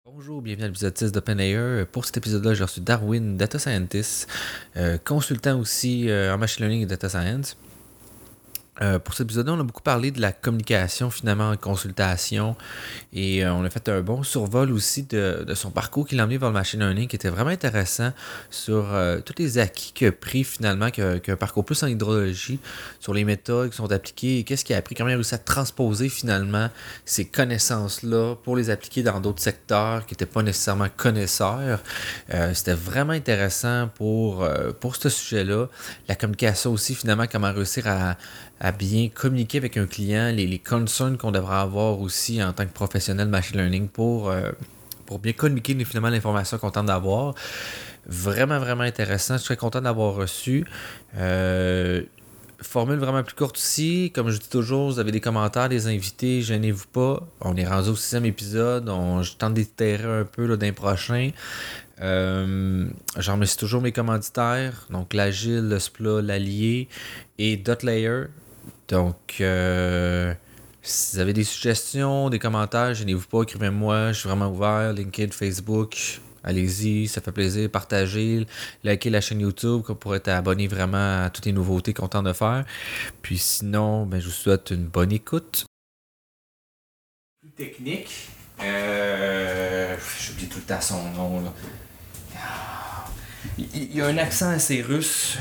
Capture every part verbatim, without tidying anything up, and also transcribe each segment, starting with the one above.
Bonjour, bienvenue à l'épisode six d'OpenAI. Pour cet épisode-là, j'ai reçu Darwin, Data Scientist, euh, consultant aussi euh, en Machine Learning et Data Science. Euh, pour cet épisode-là, on a beaucoup parlé de la communication finalement en consultation et euh, on a fait un bon survol aussi de, de son parcours qui l'a emmené vers le machine learning qui était vraiment intéressant sur euh, tous les acquis qu'il a pris finalement, qu'un qu parcours plus en hydrologie, sur les méthodes qui sont appliquées et qu'est-ce qu'il a appris, comment il a réussi à transposer finalement ces connaissances-là pour les appliquer dans d'autres secteurs qui n'étaient pas nécessairement connaisseurs. Euh, c'était vraiment intéressant pour, euh, pour ce sujet-là. La communication aussi finalement, comment réussir à à bien communiquer avec un client, les, les concerns qu'on devrait avoir aussi en tant que professionnel de machine learning pour, euh, pour bien communiquer finalement l'information qu'on tente d'avoir. Vraiment, vraiment intéressant. Je suis très content d'avoir reçu. Euh, formule vraiment plus courte aussi. Comme je dis toujours, vous avez des commentaires, des invités, gênez-vous pas. On est rendu au sixième épisode. On, je tente d'étirer un peu là, d'un prochain. Euh, j'en remercie toujours mes commanditaires. Donc, l'Agile, le S P L A, l'Allié et Dotlayer. Donc, euh, si vous avez des suggestions, des commentaires, gênez-vous pas, écrivez-moi, je suis vraiment ouvert. LinkedIn, Facebook, allez-y, ça fait plaisir. Partagez, likez la chaîne YouTube pour être abonné vraiment à toutes les nouveautés qu'on tente de faire. Puis sinon, ben, je vous souhaite une bonne écoute. Plus technique, euh, j'oublie tout le temps son nom, là. Il y a un accent assez russe.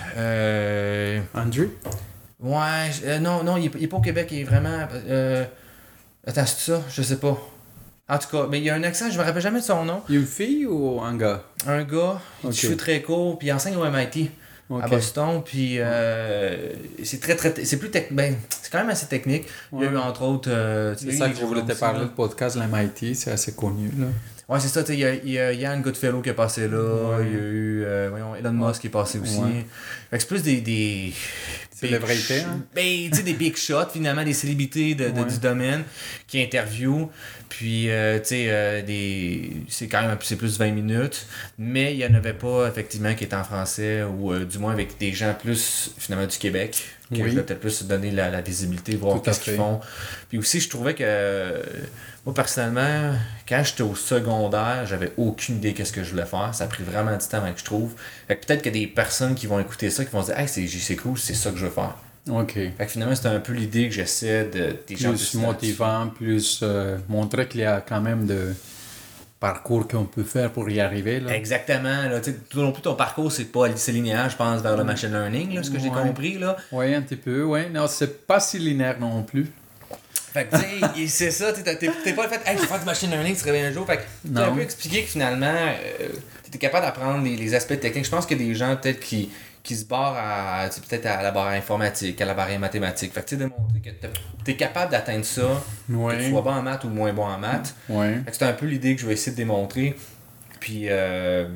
Euh... Andrew? Ouais, euh, non, non, il est, il est pas au Québec, il est vraiment... Euh... Attends, c'est ça? Je sais pas. En tout cas, mais il y a un accent, je me rappelle jamais de son nom. Une fille ou un gars? Un gars, il a des cheveux très courts, puis il enseigne au M I T okay. à Boston, puis euh, c'est très, très... C'est plus tech... ben, c'est quand même assez technique. Ouais. Il y a eu, entre autres... Euh, c'est ça que je voulais te parler, le podcast, l'M I T, c'est assez connu, là. Ouais, c'est ça, tu sais, il y a, il y a Yann Goodfellow qui est passé là, ouais. Il y a eu euh, voyons, Elon Musk qui est passé aussi. Ouais. Fait que c'est plus des... des célébrités, hein? Ben, tu sais, des big shots, finalement, des célébrités de, de, ouais. du domaine qui interviewent. Puis, euh, tu sais, euh, des... c'est quand même c'est plus de vingt minutes, mais il n'y en avait pas, effectivement, qui étaient en français, ou euh, du moins avec des gens plus, finalement, du Québec, qui oui. peut-être plus donner la, la visibilité, voir qu'est-ce qu'ils font. Puis aussi, je trouvais que... Euh, moi, personnellement, quand j'étais au secondaire, j'avais aucune idée de ce que je voulais faire. Ça a pris vraiment du temps avant que je trouve. Fait que peut-être qu'il y a des personnes qui vont écouter ça, qui vont se dire « Hey, c'est, c'est cool, c'est ça que je veux faire. » OK. Fait que finalement, c'était un peu l'idée que j'essaie de... Des plus gens plus motivant, plus euh, montrer qu'il y a quand même de parcours qu'on peut faire pour y arriver. Là. Exactement. Là, tout non plus, ton parcours, c'est pas c'est linéaire, je pense, vers le machine learning, là, ce que ouais. j'ai compris. Là. Oui, un petit peu, oui. Non, c'est pas si linéaire non plus. Fait que, tu sais, c'est ça, t'es, t'es, t'es pas le fait, hey, je vais faire du machine learning, tu te réveilles un jour. Fait que, t'as un peu expliqué que finalement, euh, t'étais capable d'apprendre les, les aspects techniques. Je pense qu'il y a des gens, peut-être, qui, qui se barrent à, peut-être à la barre informatique, à la barre mathématique. Fait que, tu sais, démontrer que t'es capable d'atteindre ça, ouais. que tu sois bon en maths ou moins bon en maths. Ouais. Fait que c'est un peu l'idée que je vais essayer de démontrer. Puis, euh,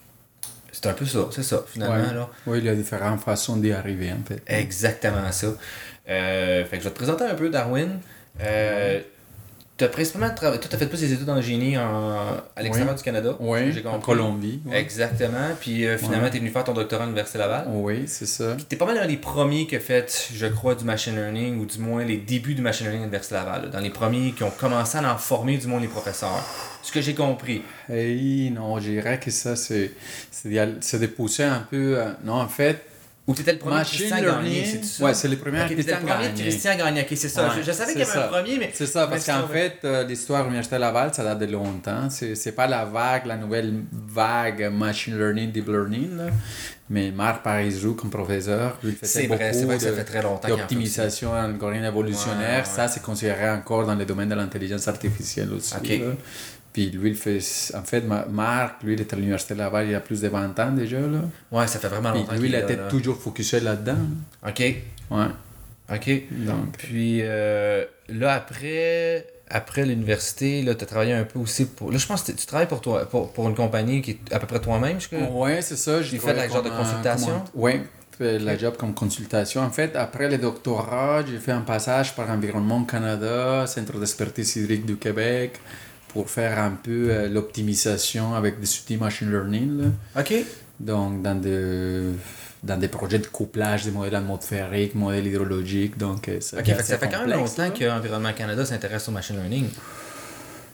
c'est un peu ça, c'est ça, finalement. Ouais. Là. Oui, il y a différentes façons d'y arriver, en fait. Exactement ça. Euh, fait que je vais te présenter un peu, Darwin. Euh, tu as principalement tra- tu as fait plus des études en génie en, à l'extérieur oui. du Canada. Oui, en Colombie. Oui. Exactement. Puis euh, finalement, ouais. tu es venu faire ton doctorat à l'Université Laval. Oui, c'est ça. Puis tu es pas mal un des premiers qui a fait, je crois, du machine learning, ou du moins les débuts du machine learning à l'Université Laval. Là, dans les premiers qui ont commencé à en former, du moins les professeurs. Ce que j'ai compris. Hey, non, je dirais que ça, c'est, c'est, c'est de pousser un peu. Euh, non, en fait. Ou tu étais le premier Machine Christian Gagné, c'est ça? Ouais, c'est le premier okay, Christian Gagné. le premier Christian Gagné, ok, c'est ça. Ouais, je, je savais qu'il y avait ça. un premier, mais... C'est ça, parce qu'en fait, euh, l'histoire de l'Université Laval, ça date de longtemps. C'est, c'est pas la vague, la nouvelle vague Machine Learning, Deep Learning, là. Mais Marc Parisou, comme professeur, lui, il faisait c'est beaucoup vrai, c'est vrai que de, ça fait très longtemps d'optimisation algorithmique évolutionnaire. Ouais, ouais. Ça, c'est considéré encore dans le domaine de l'intelligence artificielle aussi. Okay. Là. Puis lui, il fait... en fait, Marc, lui, il était à l'Université Laval il y a plus de vingt ans déjà. Là. Ouais, ça fait vraiment longtemps. Puis lui, il était là, là. toujours focusé là-dedans. OK. Ouais. OK. Donc. Puis euh, là, après, après l'université, là, tu as travaillé un peu aussi pour. Là, je pense que tu travailles pour toi, pour, pour une compagnie qui est à peu près toi-même, je crois. Ouais, c'est ça. J'ai fait la genre de consultation. Oui. La job comme consultation. En fait, après le doctorat, j'ai fait un passage par Environnement Canada, Centre d'expertise hydrique du Québec, pour faire un peu euh, l'optimisation avec des outils machine learning. Là. OK. Donc, dans, de, dans des projets de couplage des modèles atmosphériques, modèles hydrologiques. Donc, ça, OK, fait ça fait quand même longtemps qu'Environnement Canada s'intéresse au machine learning.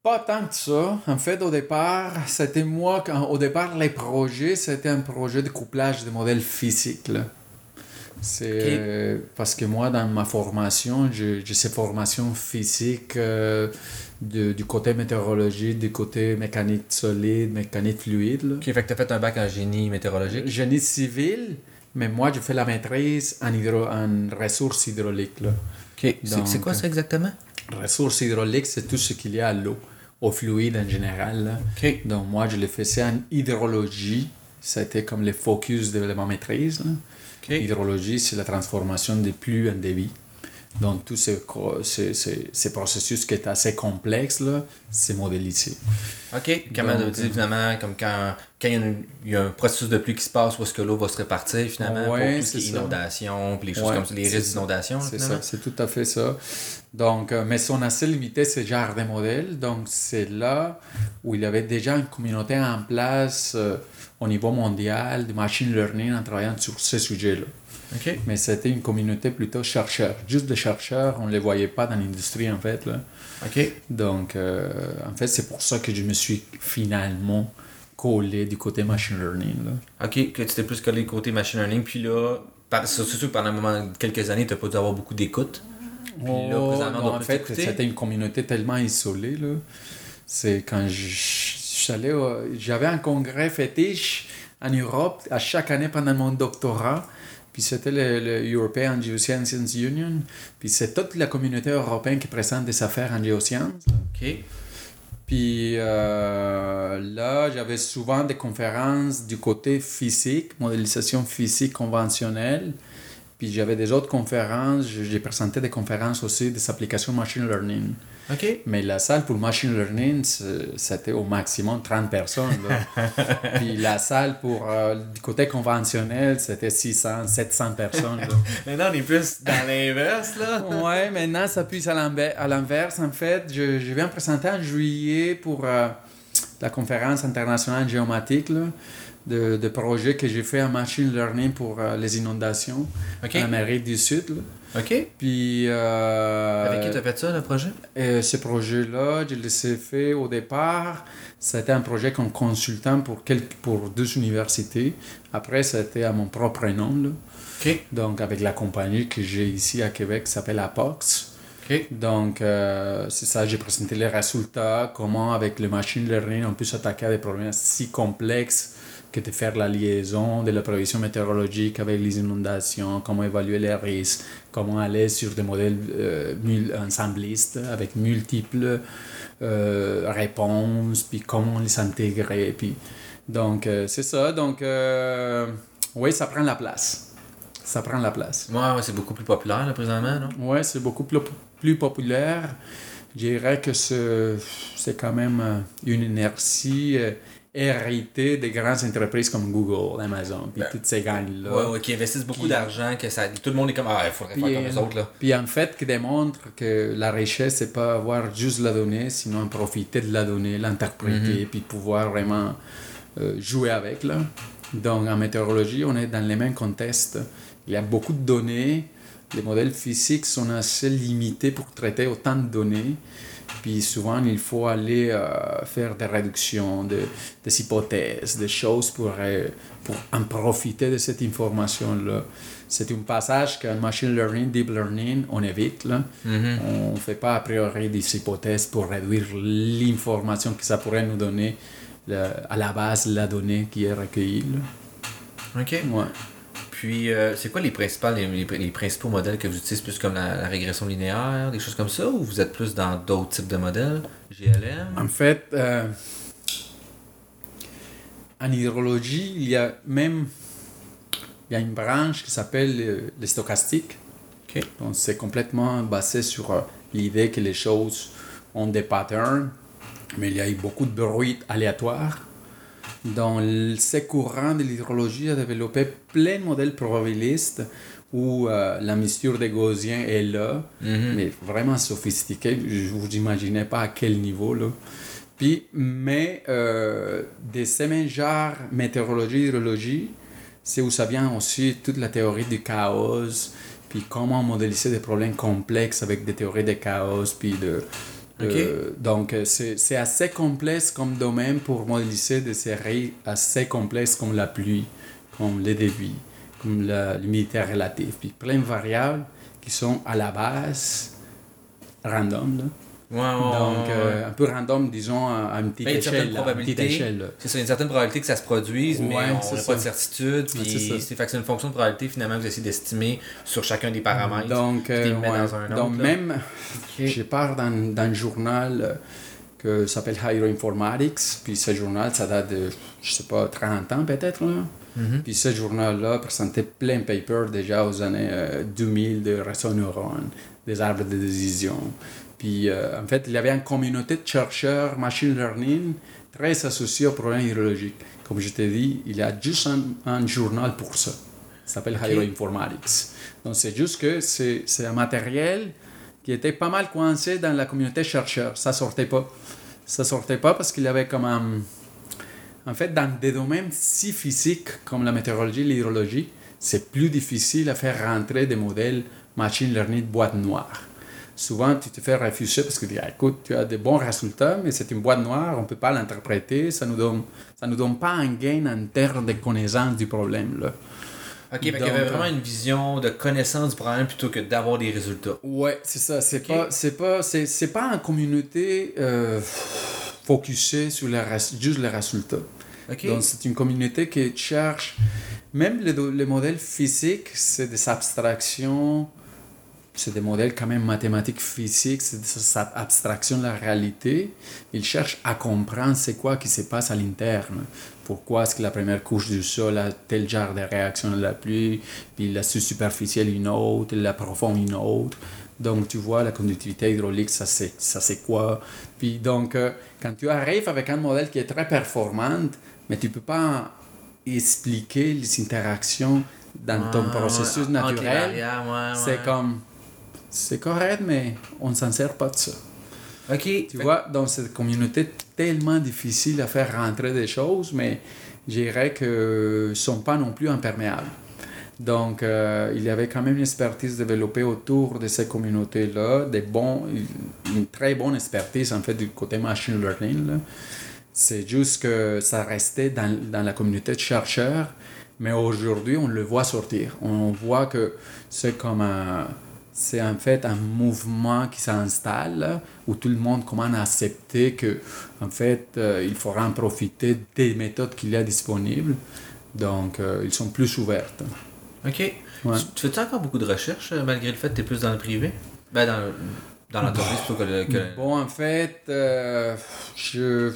Pas tant que ça. En fait, au départ, c'était moi, quand, au départ, les projets, c'était un projet de couplage de modèles physiques, là. C'est Ok. euh, parce que moi, dans ma formation, j'ai j'ai cette formation physique euh, de- du côté météorologie, du côté mécanique solide, mécanique fluide, là. Ok, fait que t'as fait un bac en génie météorologique. Génie civil, mais moi, je fais la maîtrise en, hydro, en ressources hydrauliques, là. Ok, c'est c'est Donc, quoi ça exactement? ressources hydrauliques, c'est tout ce qu'il y a à l'eau, au fluide en général, là. Ok. Donc, moi, je le faisais en hydrologie. C'était comme le focus de ma maîtrise, là. Ok. Hydrologie, c'est la transformation des pluies en débit. Donc, tout ce, co- ce, ce, ce processus qui est assez complexe, là, c'est modélisé. Ok, comment Donc, on dit finalement, comme quand, quand il, y a une- il y a un processus de pluie qui se passe, où est-ce que l'eau va se répartir finalement, Ouais, pour tout ce qui est c'est ça. inondation, puis les choses Ouais, comme ça, les c'est risques ça. d'inondation, là, C'est finalement. ça, c'est tout à fait ça. Donc, euh, mais on a assez limité ce genre de modèle. Donc, c'est là où il y avait déjà une communauté en place euh, au niveau mondial de machine learning en travaillant sur ce sujet-là. Ok. Mais c'était une communauté plutôt chercheurs. Juste des chercheurs, on ne les voyait pas dans l'industrie, en fait, là. Ok. Donc, euh, en fait, c'est pour ça que je me suis finalement collé du côté machine learning, là. Ok, que tu t'es plus collé côté machine learning, puis là, par- c'est sûr que pendant un moment, quelques années, t'as pas dû avoir beaucoup d'écoute. Puis là, Oh, présentement, on non, doit en plus fait, t'écouter. c'était une communauté tellement isolée, là. C'est quand je- j'allais, au- j'avais un congrès fétiche en Europe à chaque année pendant mon doctorat. Puis c'était le, le European Geosciences Union. Puis c'est toute la communauté européenne qui présente des affaires en géosciences. Ok. Puis euh, là, j'avais souvent des conférences du côté physique, modélisation physique conventionnelle. Puis j'avais des autres conférences, j'ai présenté des conférences aussi des applications machine learning. Ok. Mais la salle pour machine learning, c'est- c'était au maximum trente personnes, là. Puis la salle pour euh, du côté conventionnel, c'était six cents, sept cents personnes, là. Maintenant, on est plus dans l'inverse, là. Ouais, maintenant ça pousse à l'envers. À l'inverse, en fait, je, je viens présenter en juillet pour euh, la conférence internationale géomatique, là, de, de projets que j'ai fait en machine learning pour euh, les inondations Ok. en Amérique du Sud, là. Ok. Puis euh, Avec qui t'as fait ça, le projet? et ce projet-là, je l'ai fait au départ. C'était un projet comme consultant pour, quelques, pour deux universités. Après, c'était à mon propre nom, là. Ok. Donc, avec la compagnie que j'ai ici à Québec qui s'appelle Apox. Ok. Donc, euh, c'est ça, j'ai présenté les résultats, comment avec le machine learning, on peut s'attaquer à des problèmes si complexes que de faire la liaison de la prévision météorologique avec les inondations, comment évaluer les risques, comment aller sur des modèles euh, mul- ensemblistes avec multiples euh, réponses, puis comment les intégrer. Puis... Donc, euh, c'est ça. Donc, euh, oui, ça prend la place. Ça prend la place. Ouais, ouais, c'est beaucoup plus populaire, là, présentement, non? Oui, c'est beaucoup plus, plus populaire. Je dirais que c'est, c'est quand même euh, une inertie euh, héritée des grandes entreprises comme Google, Amazon, puis Ben, toutes ces gangs-là. Ouais, ouais, qui investissent beaucoup Puis- d'argent, que ça, tout le monde est comme, ah, il faudrait Puis, faire comme euh, les autres, là. Puis en fait, qui démontre que la richesse, c'est pas avoir juste la donnée, sinon profiter de la donnée, l'interpréter, puis pouvoir vraiment euh, jouer avec, là. Donc en météorologie, on est dans les mêmes contextes. Il y a beaucoup de données. Les modèles physiques sont assez limités pour traiter autant de données. Puis souvent, il faut aller euh, faire des réductions, de, des hypothèses, des choses pour, euh, pour en profiter de cette information-là. C'est un passage qu'en machine learning, deep learning, on évite, là. Mhm. On ne fait pas a priori des hypothèses pour réduire l'information que ça pourrait nous donner le- à la base de la donnée qui est recueillie, là. Ok. Ouais. Puis, euh, c'est quoi les, principales, les, les, les principaux modèles que vous utilisez, plus comme la, la régression linéaire, des choses comme ça, ou vous êtes plus dans d'autres types de modèles? G L M? En fait, euh, en hydrologie, il y a même il y a une branche qui s'appelle euh, le stochastique. Ok. Donc, c'est complètement basé sur euh, l'idée que les choses ont des patterns, mais il y a eu beaucoup de bruit aléatoire. Dans le- ces courants de l'hydrologie a développé plein de modèles probabilistes où euh, la mixture des Gaussiens est là, Mhm. mais vraiment sophistiqué. Je vous imaginez pas à quel niveau, là. Puis, mais euh, de ces mêmes genres météorologie, hydrologie, c'est où ça vient aussi toute la théorie du chaos, puis comment modéliser des problèmes complexes avec des théories de chaos, puis de, Euh, donc, c'est, c'est assez complexe comme domaine pour modéliser des séries assez complexes comme la pluie, comme les débits, comme la, l'humidité relative. Puis plein de variables qui sont à la base random. Là. Ouais, ouais, Donc, ouais, euh, ouais. un peu random, disons, à une petite Ben, une certaine échelle. Là, à une petite probabilité. échelle là. C'est ça, une certaine probabilité que ça se produise, mais Ouais, on c'est n'a ça. pas de certitude. Ouais, Puis c'est ça. c'est, fait que c'est une fonction de probabilité finalement que vous essayez d'estimer sur chacun des paramètres. Donc, puis tu les euh, mets ouais. dans un autre. Donc là. même, Ok. je pars dans, dans un journal euh, que s'appelle Hydroinformatics, puis ce journal, ça date de, je sais pas, trente ans peut-être, là. Mhm. Puis ce journal-là présentait plein de papers déjà aux années euh, deux mille de réseaux neurones, des arbres de décision. Puis euh, en fait, il y avait une communauté de chercheurs machine learning très associée aux problèmes hydrologiques. Comme je t'ai dit, il y a juste un, un journal pour ça. Ça s'appelle Ok. Hydroinformatics. Donc c'est juste que c'est, c'est un matériel qui était pas mal coincé dans la communauté chercheurs. Ça sortait pas. Ça sortait pas parce qu'il y avait comme un... En fait, dans des domaines si physiques comme la météorologie et l'hydrologie, c'est plus difficile à faire rentrer des modèles machine learning de boîte noire. Souvent, tu te fais refuser parce que tu dis, écoute, tu as de bons résultats, mais c'est une boîte noire, on ne peut pas l'interpréter, ça ne nous donne, ça nous donne pas un gain en termes de connaissance du problème. Là. Ok, fait qu'il y Donc, avait vraiment une vision de connaissance du problème plutôt que d'avoir des résultats. Ouais, c'est ça. C'est Ok. pas, c'est pas, c'est, c'est pas une communauté euh, focusée sur les, res- juste les résultats. Ok. Donc, c'est une communauté qui cherche, même les, do- les modèles physiques, c'est des abstractions, c'est des modèles quand même mathématiques physiques, c'est des ab- abstractions de la réalité. Ils cherchent à comprendre c'est quoi qui se passe à l'interne. Pourquoi est-ce que la première couche du sol a tel genre de réaction de la pluie, puis la sous-superficielle une autre, la profonde une autre. Donc, tu vois, la conductivité hydraulique, ça c'est, ça c'est quoi. Puis donc, euh, quand tu arrives avec un modèle qui est très performant, mais tu ne peux pas expliquer les interactions dans ton Ah, processus ouais, entre les naturel, variables, ouais, c'est ouais. comme... C'est correct, mais on ne s'en sert pas de ça. Ok. Tu Fait- vois, dans cette communauté tellement difficile à faire rentrer des choses, mais je dirais qu'ils ne sont pas non plus imperméables. Donc, euh, il y avait quand même une expertise développée autour de ces communautés-là, des bons, une très bonne expertise en fait du côté machine learning. Là. C'est juste que ça restait dans, dans la communauté de chercheurs, mais aujourd'hui, on le voit sortir. On voit que c'est comme un... C'est en fait un mouvement qui s'installe là, où tout le monde commence à accepter que en fait euh, il faudra en profiter des méthodes qu'il y a disponibles. Donc euh, ils sont plus ouvertes. Ok. Ouais. Tu, tu fais-tu encore beaucoup de recherches euh, malgré le fait que tu es plus dans le privé? Ben, dans, le- dans l'entreprise plutôt que le. Que... Bon, en fait, euh, je...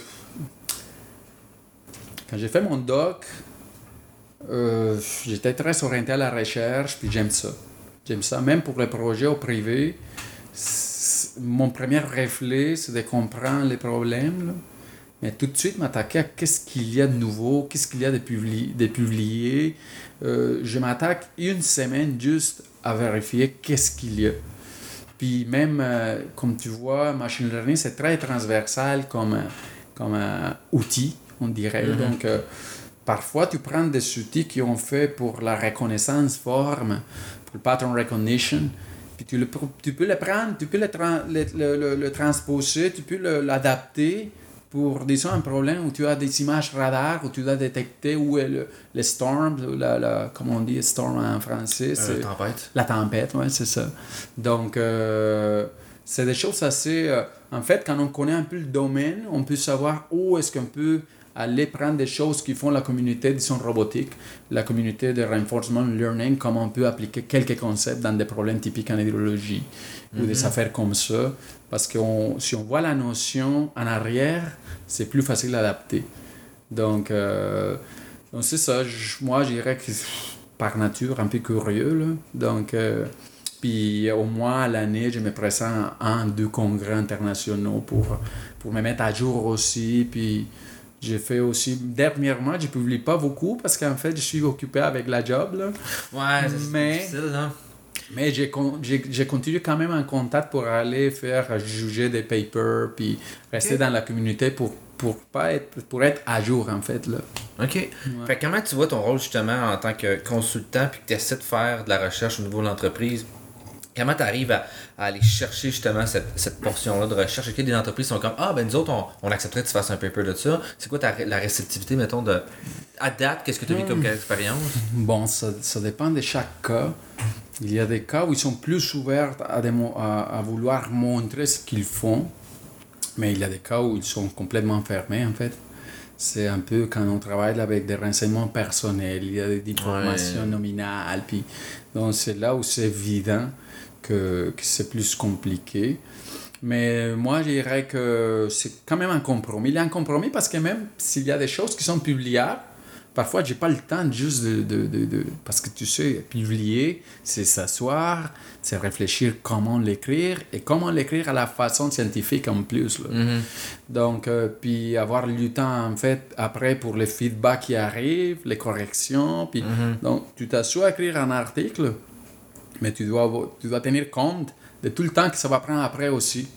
quand j'ai fait mon doc, euh, j'étais très orienté à la recherche, puis j'aime ça. J'aime ça, même pour les projets au privé. c'est- Mon premier réflexe, c'est de comprendre les problèmes, là. Mais tout de suite m'attaquer à qu'est-ce qu'il y a de nouveau, qu'est-ce qu'il y a de, publi- de publié. Euh, je m'attaque une semaine juste à vérifier qu'est-ce qu'il y a. Puis même, euh, comme tu vois, machine learning, c'est très transversal comme, un- comme un outil, on dirait. Mhm. Donc, euh, parfois, tu prends des outils qui ont fait pour la reconnaissance forme, pour le pattern recognition, puis tu, le, pr- tu peux le prendre, tu peux le, tran- le, le- le- le transposer, tu peux le- l'adapter pour, disons, un problème où tu as des images radar, où tu dois détecter où est le, le storm, la, la, comment on dit storm en français, Euh, c'est tempête. la tempête, ouais, c'est ça. Donc, euh, c'est des choses assez... euh, en fait, quand on connaît un peu le domaine, on peut savoir où est-ce qu'on peut aller prendre des choses qui font la communauté, disons, robotique, la communauté de reinforcement learning, comment on peut appliquer quelques concepts dans des problèmes typiques en hydrologie ou des affaires comme ça. Parce que on- si on voit la notion en arrière, c'est plus facile à adapter. Donc, euh, donc c'est ça. Je- moi, je dirais que par nature, un peu curieux. Là. Donc, euh, puis au moins à l'année, je me présente à un, deux congrès internationaux pour, pour me mettre à jour aussi. Puis j'ai fait aussi, dernièrement, je ne publie pas beaucoup parce qu'en fait, je suis occupé avec la job. Là. Ouais, c'est Mais- difficile, hein? Mais j'ai, con- j'ai, j'ai continué quand même en contact pour aller faire juger des papers, puis rester Ok. dans la communauté pour, pour, pas être, pour être à jour, en fait. Là. Ok. Fait que comment tu vois ton rôle justement en tant que consultant puis que tu essaies de faire de la recherche au niveau de l'entreprise? Comment tu arrives à, à aller chercher justement cette, cette portion-là de recherche? Est-ce que des entreprises sont comme « Ah, ben nous autres, on, on accepterait que tu fasses un paper de ça. » C'est quoi ta, la réceptivité, mettons, de... À date, qu'est-ce que tu as vu comme expérience? Bon, ça, ça dépend de chaque cas. Il y a des cas où ils sont plus ouverts à, des, à, à vouloir montrer ce qu'ils font, mais il y a des cas où ils sont complètement fermés, en fait. C'est un peu quand on travaille avec des renseignements personnels, il y a des informations ouais. nominales, puis donc c'est là où c'est évident que, que c'est plus compliqué. Mais moi, je dirais que c'est quand même un compromis. Il y a un compromis parce que même s'il y a des choses qui sont publiables, parfois, je n'ai pas le temps juste de, de, de, de... Parce que tu sais, publier, c'est s'asseoir, c'est réfléchir comment l'écrire et comment l'écrire à la façon scientifique en plus. Là. Mm-hmm. Donc, euh, puis avoir le temps, en fait, après pour les feedbacks qui arrivent, les corrections. Puis, mm-hmm. Donc, tu t'assois à écrire un article, mais tu dois, tu dois tenir compte de tout le temps que ça va prendre après aussi.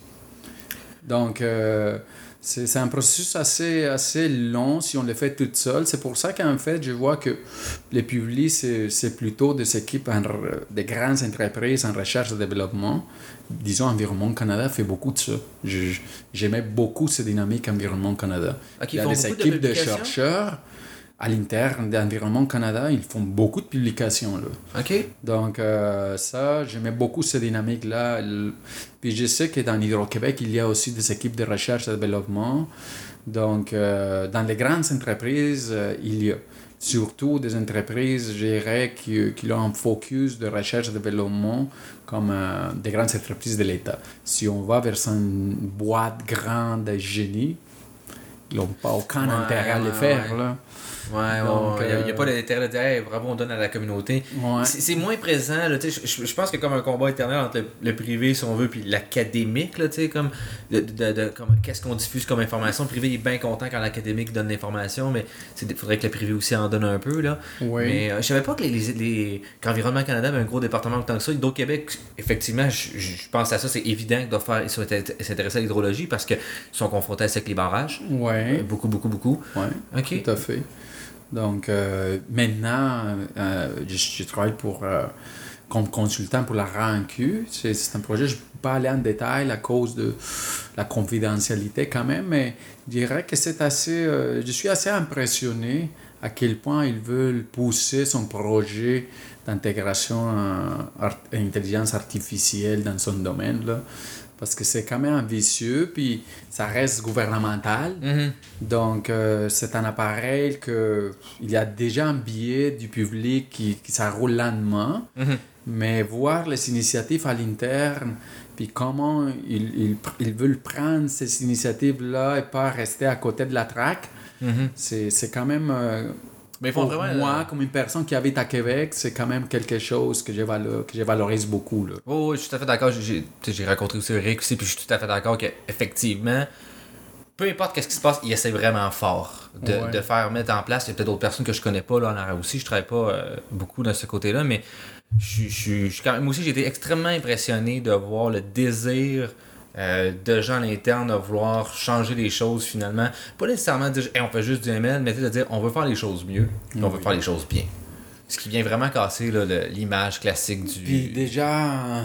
Donc... Euh, C'est, c'est un processus assez, assez long si on le fait tout seul. C'est pour ça qu'en fait, je vois que les publics, c'est, c'est plutôt des équipes, en, des grandes entreprises en recherche et développement. Disons, Environnement Canada fait beaucoup de ça. Je, j'aimais beaucoup cette dynamique Environnement Canada. Okay, il y a des équipes de, de chercheurs à l'interne d'Environnement Canada, ils font beaucoup de publications. Là. OK. Donc, euh, ça, j'aimais beaucoup cette dynamique-là. Puis je sais que dans Hydro-Québec, il y a aussi des équipes de recherche et de développement. Donc, euh, dans les grandes entreprises, euh, il y a surtout des entreprises, je dirais, qui, qui ont un focus de recherche et de développement comme euh, des grandes entreprises de l'État. Si on va vers une boîte grande de génie, ils n'ont pas aucun ouais, intérêt à le faire, ouais. là. Ouais, donc, il n'y a, a pas d'intérêt de dire hey, bravo, on donne à la communauté. Ouais. C'est, c'est moins présent. Là, je, je pense que comme un combat éternel entre le, le privé, si on veut, puis l'académique, là, comme, de, de, de, comme qu'est-ce qu'on diffuse comme information. Le privé est bien content quand l'académique donne l'information, mais il faudrait que le privé aussi en donne un peu. Là. Oui. Mais euh, je savais pas que les, les, les, qu'Environnement Canada avait un gros département autant que ça. Hydro-Québec, effectivement, je, je pense à ça, c'est évident qu'ils doivent faire, ils sont s'intéresser à l'hydrologie parce qu'ils sont confrontés avec les barrages. Oui. Euh, beaucoup, beaucoup, beaucoup. Oui, okay. Tout à fait. Donc, euh, maintenant, euh, je, je travaille pour, euh, comme consultant pour la R A N Q. C'est, c'est un projet, je ne peux pas aller en détail à cause de la confidentialité quand même, mais je dirais que c'est assez... Euh, je suis assez impressionné à quel point ils veulent pousser son projet d'intégration en art- intelligence artificielle dans son domaine, là. Parce que c'est quand même ambitieux, puis ça reste gouvernemental. Mm-hmm. Donc, euh, c'est un appareil que il y a déjà un biais du public qui, qui ça roule lentement. Mm-hmm. Mais voir les initiatives à l'interne, puis comment ils, ils, ils veulent prendre ces initiatives-là et pas rester à côté de la traque, mm-hmm. c'est, c'est quand même... Euh, Mais pour vraiment, moi, euh... comme une personne qui habite à Québec, c'est quand même quelque chose que je, valo- que je valorise beaucoup. Là. Oh, oui, je suis tout à fait d'accord. J'ai, j'ai rencontré aussi Rick aussi, puis je suis tout à fait d'accord qu'effectivement, peu importe qu'est-ce qui se passe, il essaie vraiment fort de, ouais. de faire mettre en place. Il y a peut-être d'autres personnes que je connais pas là en arrière aussi. Je travaille pas euh, beaucoup dans ce côté-là, mais je, je, je, quand même aussi, j'ai été extrêmement impressionné de voir le désir Euh, de gens à l'interne à vouloir changer les choses finalement. Pas nécessairement dire hey, on fait juste du M L, mais de dire on veut faire les choses mieux, oui. on veut faire les choses bien. Ce qui vient vraiment casser là, le, l'image classique du... Puis déjà,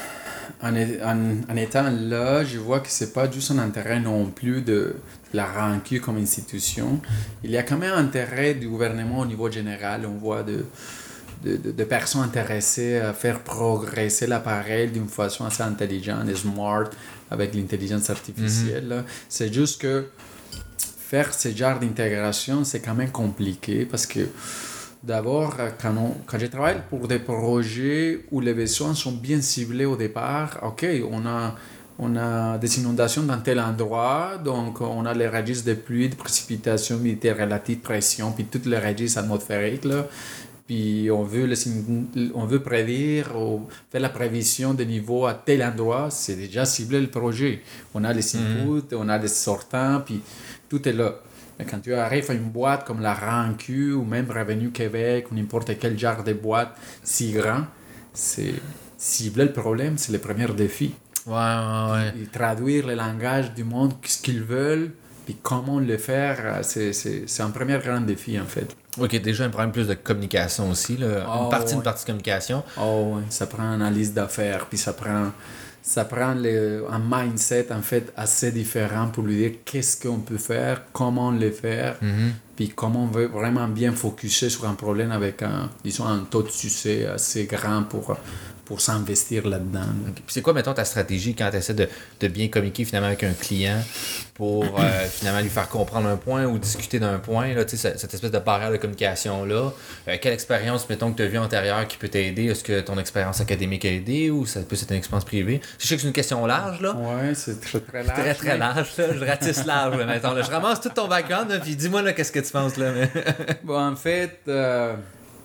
en, en, en étant là, je vois que c'est pas juste un intérêt non plus de la R A N Q comme institution. Il y a quand même un intérêt du gouvernement au niveau général. On voit de... De, de, de personnes intéressées à faire progresser l'appareil d'une façon assez intelligente et smart avec l'intelligence artificielle. Mm-hmm. C'est juste que faire ce genre d'intégration, c'est quand même compliqué parce que d'abord, quand, on, quand je travaille pour des projets où les besoins sont bien ciblés au départ, OK, on a, on a des inondations dans tel endroit, donc on a les registres de pluie, de précipitations, de relative pression, puis tous les registres atmosphériques, là. Puis on veut, le, on veut prédire ou faire la prévision des niveaux à tel endroit, c'est déjà ciblé le projet. On a les inputs, mmh. on a les sortants, puis tout est là. Mais quand tu arrives à une boîte comme la R A N Q ou même Revenu Québec ou n'importe quel genre de boîte si grand, c'est cibler le problème, c'est le premier défi. Ouais, ouais, ouais. Et traduire le langage du monde, ce qu'ils veulent, puis comment le faire, c'est, c'est, c'est un premier grand défi en fait. Ok, déjà un problème plus de communication aussi, là. Oh, une partie, ouais. une partie de communication. Oh, ouais. Ça prend une analyse d'affaires, puis ça prend, ça prend le, un mindset, en fait, assez différent pour lui dire qu'est-ce qu'on peut faire, comment le faire, Mm-hmm. puis comment on veut vraiment bien focuser sur un problème avec un, disons, un taux de succès assez grand pour, pour s'investir là-dedans. Okay. Puis c'est quoi, mettons, ta stratégie quand tu essaies de, de bien communiquer finalement avec un client pour euh, finalement lui faire comprendre un point ou discuter d'un point, là, cette, cette espèce de barrière de communication-là? Euh, quelle expérience, mettons, que tu as vue antérieure qui peut t'aider? Est-ce que ton expérience académique a aidé ou ça peut être une expérience privée? Je sais que c'est une question large, là. Ouais, c'est très, très large. Très, très mais... large, là. Je ratisse large, là, mettons. Là. Je ramasse tout ton background, là, puis dis-moi, là, qu'est-ce que tu penses, là. Mais... bon, en fait... Euh...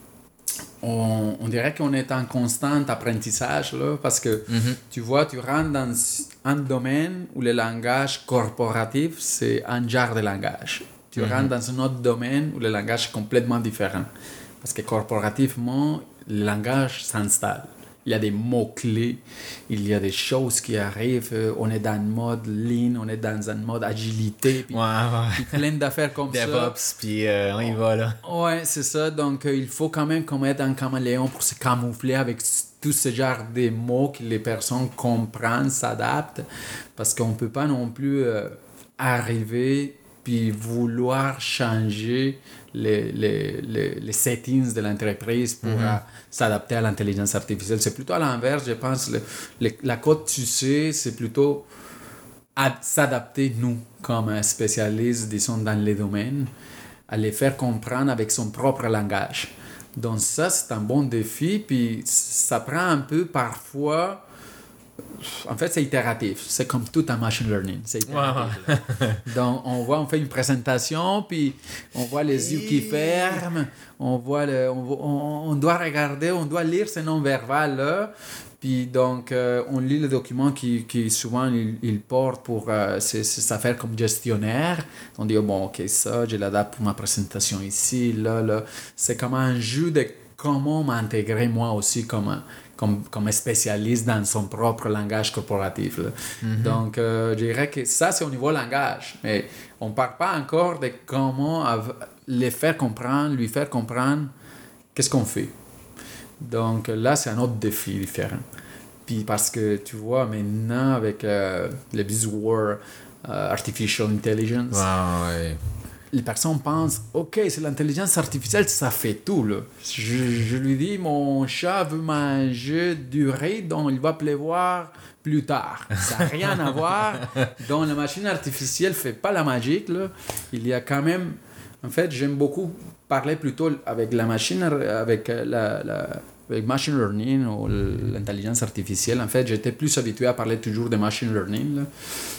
On, on dirait qu'on est en constant apprentissage, là, parce que mm-hmm. tu vois, tu rentres dans un domaine où le langage corporatif, c'est un genre de langage. Tu mm-hmm. rentres dans un autre domaine où le langage est complètement différent. Parce que corporativement, le langage s'installe. Il y a des mots-clés, il y a des choses qui arrivent. On est dans un mode lean, on est dans un mode agilité. Puis, ouais, ouais. puis plein d'affaires comme DevOps, ça. DevOps, puis euh, on y va, là. Ouais, c'est ça. Donc, euh, il faut quand même qu'on mette un caméléon pour se camoufler avec tout ce genre de mots que les personnes comprennent, s'adaptent. Parce qu'on ne peut pas non plus euh, arriver puis vouloir changer les, les, les, les settings de l'entreprise pour mm-hmm. euh, s'adapter à l'intelligence artificielle. C'est plutôt à l'inverse, je pense. Le, le, la côte, tu sais, c'est plutôt à s'adapter, nous, comme spécialistes, disons, dans les domaines, à les faire comprendre avec son propre langage. Donc ça, c'est un bon défi, puis ça prend un peu parfois... En fait, c'est itératif. C'est comme tout en machine learning. C'est itératif. Wow. Donc, on voit, on fait une présentation, puis on voit les yeux qui ferment, on voit le, on, on doit regarder, on doit lire ces non-verbales là. Puis donc, euh, on lit le document qui, qui souvent, il, il porte pour euh, ses, ses affaires comme gestionnaire. On dit, oh, bon, ok, ça, je l'adapte pour ma présentation ici, là, là. C'est comme un jeu de comment m'intégrer moi aussi comme un, Comme, comme spécialiste dans son propre langage corporatif. Mm-hmm. Donc, euh, je dirais que ça, c'est au niveau langage. Mais on ne parle pas encore de comment av- les faire comprendre, lui faire comprendre qu'est-ce qu'on fait. Donc, là, c'est un autre défi différent. Puis, parce que, tu vois, maintenant, avec euh, le buzzword euh, Artificial Intelligence, wow, ouais. les personnes pensent, OK, c'est l'intelligence artificielle, ça fait tout. Là. Je, je lui dis, mon chat veut manger du riz, donc il va pleuvoir plus tard. Ça n'a rien à voir. Donc la machine artificielle ne fait pas la magie. Là. Il y a quand même... En fait, j'aime beaucoup parler plutôt avec la machine, avec la... la avec machine learning ou l'intelligence artificielle. En fait, j'étais plus habitué à parler toujours de machine learning. Là.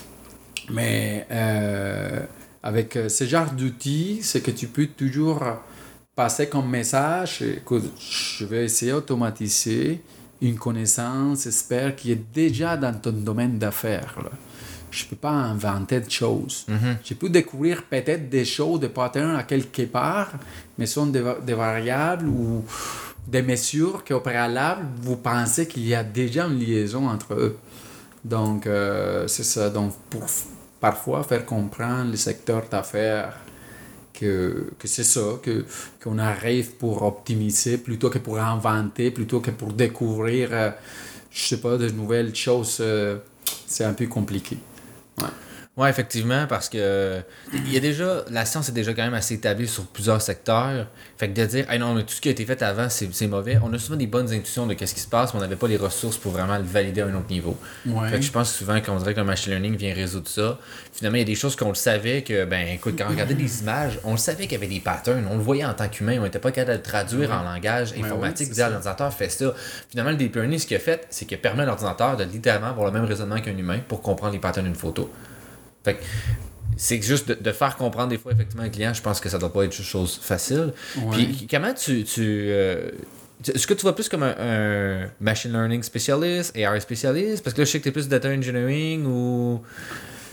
Mais... Euh, Avec ce genre d'outils, c'est que tu peux toujours passer comme message, écoute, je vais essayer d'automatiser une connaissance, j'espère, qui est déjà dans ton domaine d'affaires. Là. Je ne peux pas inventer de choses. Mm-hmm. Je peux découvrir peut-être des choses, des patterns à quelque part, mais ce sont des, des variables ou des mesures qu'au préalable, vous pensez qu'il y a déjà une liaison entre eux. Donc, euh, c'est ça. Donc, pour... parfois faire comprendre le secteur d'affaires que, que c'est ça, que, qu'on arrive pour optimiser plutôt que pour inventer, plutôt que pour découvrir, euh, je sais pas, de nouvelles choses, euh, c'est un peu compliqué. Ouais. Ouais, effectivement, parce que il y a déjà, la science est déjà quand même assez établie sur plusieurs secteurs. Fait que de dire, hey non, mais tout ce qui a été fait avant, c'est, c'est mauvais. On a souvent des bonnes intuitions de qu'est-ce qui se passe, mais on n'avait pas les ressources pour vraiment le valider à un autre niveau. Ouais. Fait que je pense souvent qu'on dirait que le machine learning vient résoudre ça. Finalement, il y a des choses qu'on le savait que, ben, écoute, quand on regardait des images, on le savait qu'il y avait des patterns, on le voyait en tant qu'humain, on n'était pas capable de le traduire ouais. en langage informatique, ouais, dire à l'ordinateur, fais ça. Finalement, le deep learning, ce qu'il a fait, c'est qu'il permet à l'ordinateur de littéralement avoir le même raisonnement qu'un humain pour comprendre les patterns d'une photo. Fait que c'est juste de, de faire comprendre des fois effectivement un client, je pense que ça doit pas être une chose facile. Ouais. Puis comment tu... tu euh, est-ce que tu vois plus comme un, un machine learning spécialiste, A I spécialiste? Parce que là, je sais que tu es plus data engineering ou... Euh,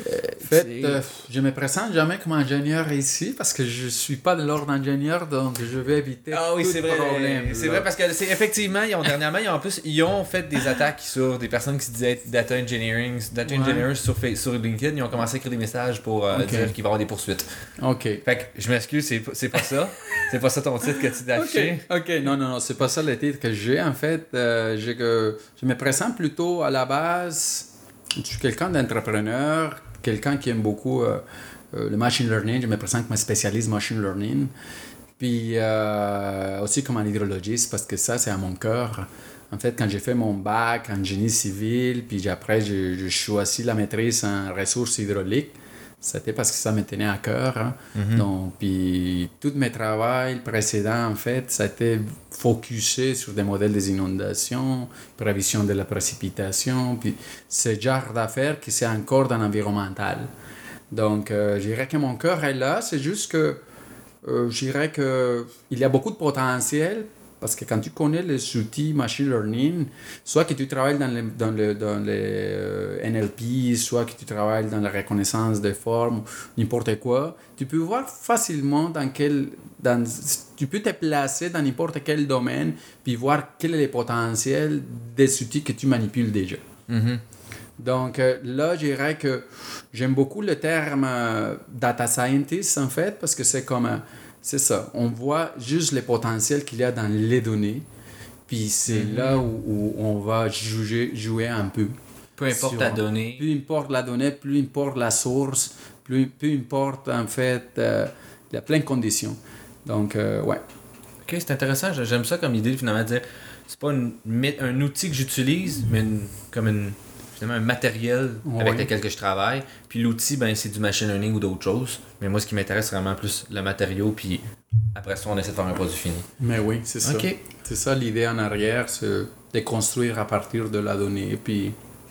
fait, euh, je me présente jamais comme ingénieur ici parce que je suis pas de l'ordre d'ingénieur, donc je vais éviter ah oui, tout c'est vrai, problème. C'est vrai parce que c'est effectivement, ils ont dernièrement, ils ont en plus, ils ont fait des attaques sur des personnes qui se disaient data engineering, data Ouais. engineers sur, sur LinkedIn, ils ont commencé à écrire des messages pour euh, Ok. dire qu'il va y avoir des poursuites. Ok. Fait que je m'excuse, c'est, pas- c'est pas ça. C'est pas ça ton titre que tu t'as affiché. Ok, ok, non, non, non, c'est pas ça le titre que j'ai. En fait, euh, j'ai que, je me présente plutôt à la base, je suis quelqu'un d'entrepreneur, quelqu'un qui aime beaucoup euh, euh, le machine learning. Je me présente comme un spécialiste machine learning. Puis euh, aussi comme un hydrologiste, parce que ça, c'est à mon cœur. En fait, quand j'ai fait mon bac en génie civil, puis après, j'ai, j'ai choisi la maîtrise en ressources hydrauliques. C'était parce que ça me tenait à cœur. Hein. Mm-hmm. Donc, puis, tous mes travaux précédents, en fait, ça a été focusé sur des modèles des inondations, prévision de la précipitation, puis ce genre d'affaires qui c'est encore dans l'environnemental. Donc, euh, je dirais que mon cœur est là, c'est juste que euh, je dirais qu'il y a beaucoup de potentiel. Parce que quand tu connais les outils machine learning, soit que tu travailles dans les, dans le, dans les euh, N L P, soit que tu travailles dans la reconnaissance des formes, n'importe quoi, tu peux voir facilement dans quel... Dans, tu peux te placer dans n'importe quel domaine, puis voir quel est le potentiel des outils que tu manipules déjà. Mm-hmm. Donc euh, là, je dirais que j'aime beaucoup le terme euh, data scientist, en fait, parce que c'est comme... Euh, C'est ça. On voit juste les potentiels qu'il y a dans les données. Puis c'est mm-hmm. là où, où on va juger, jouer un peu. Peu importe sur, la donnée. Peu importe la donnée, peu importe la source, peu, peu importe en fait, euh, il y a plein de conditions. Donc, euh, ouais. Ok, c'est intéressant. J'aime ça comme idée finalement de dire, c'est pas une, un outil que j'utilise, mais une, comme une... finalement un matériel ouais. avec lequel que je travaille. Puis l'outil, ben, c'est du machine learning ou d'autres choses. Mais moi, ce qui m'intéresse, c'est vraiment plus le matériau. Puis après ça, on essaie de faire un produit fini. Mais oui, c'est ça. Okay. C'est ça l'idée en arrière, c'est de construire à partir de la donnée, puis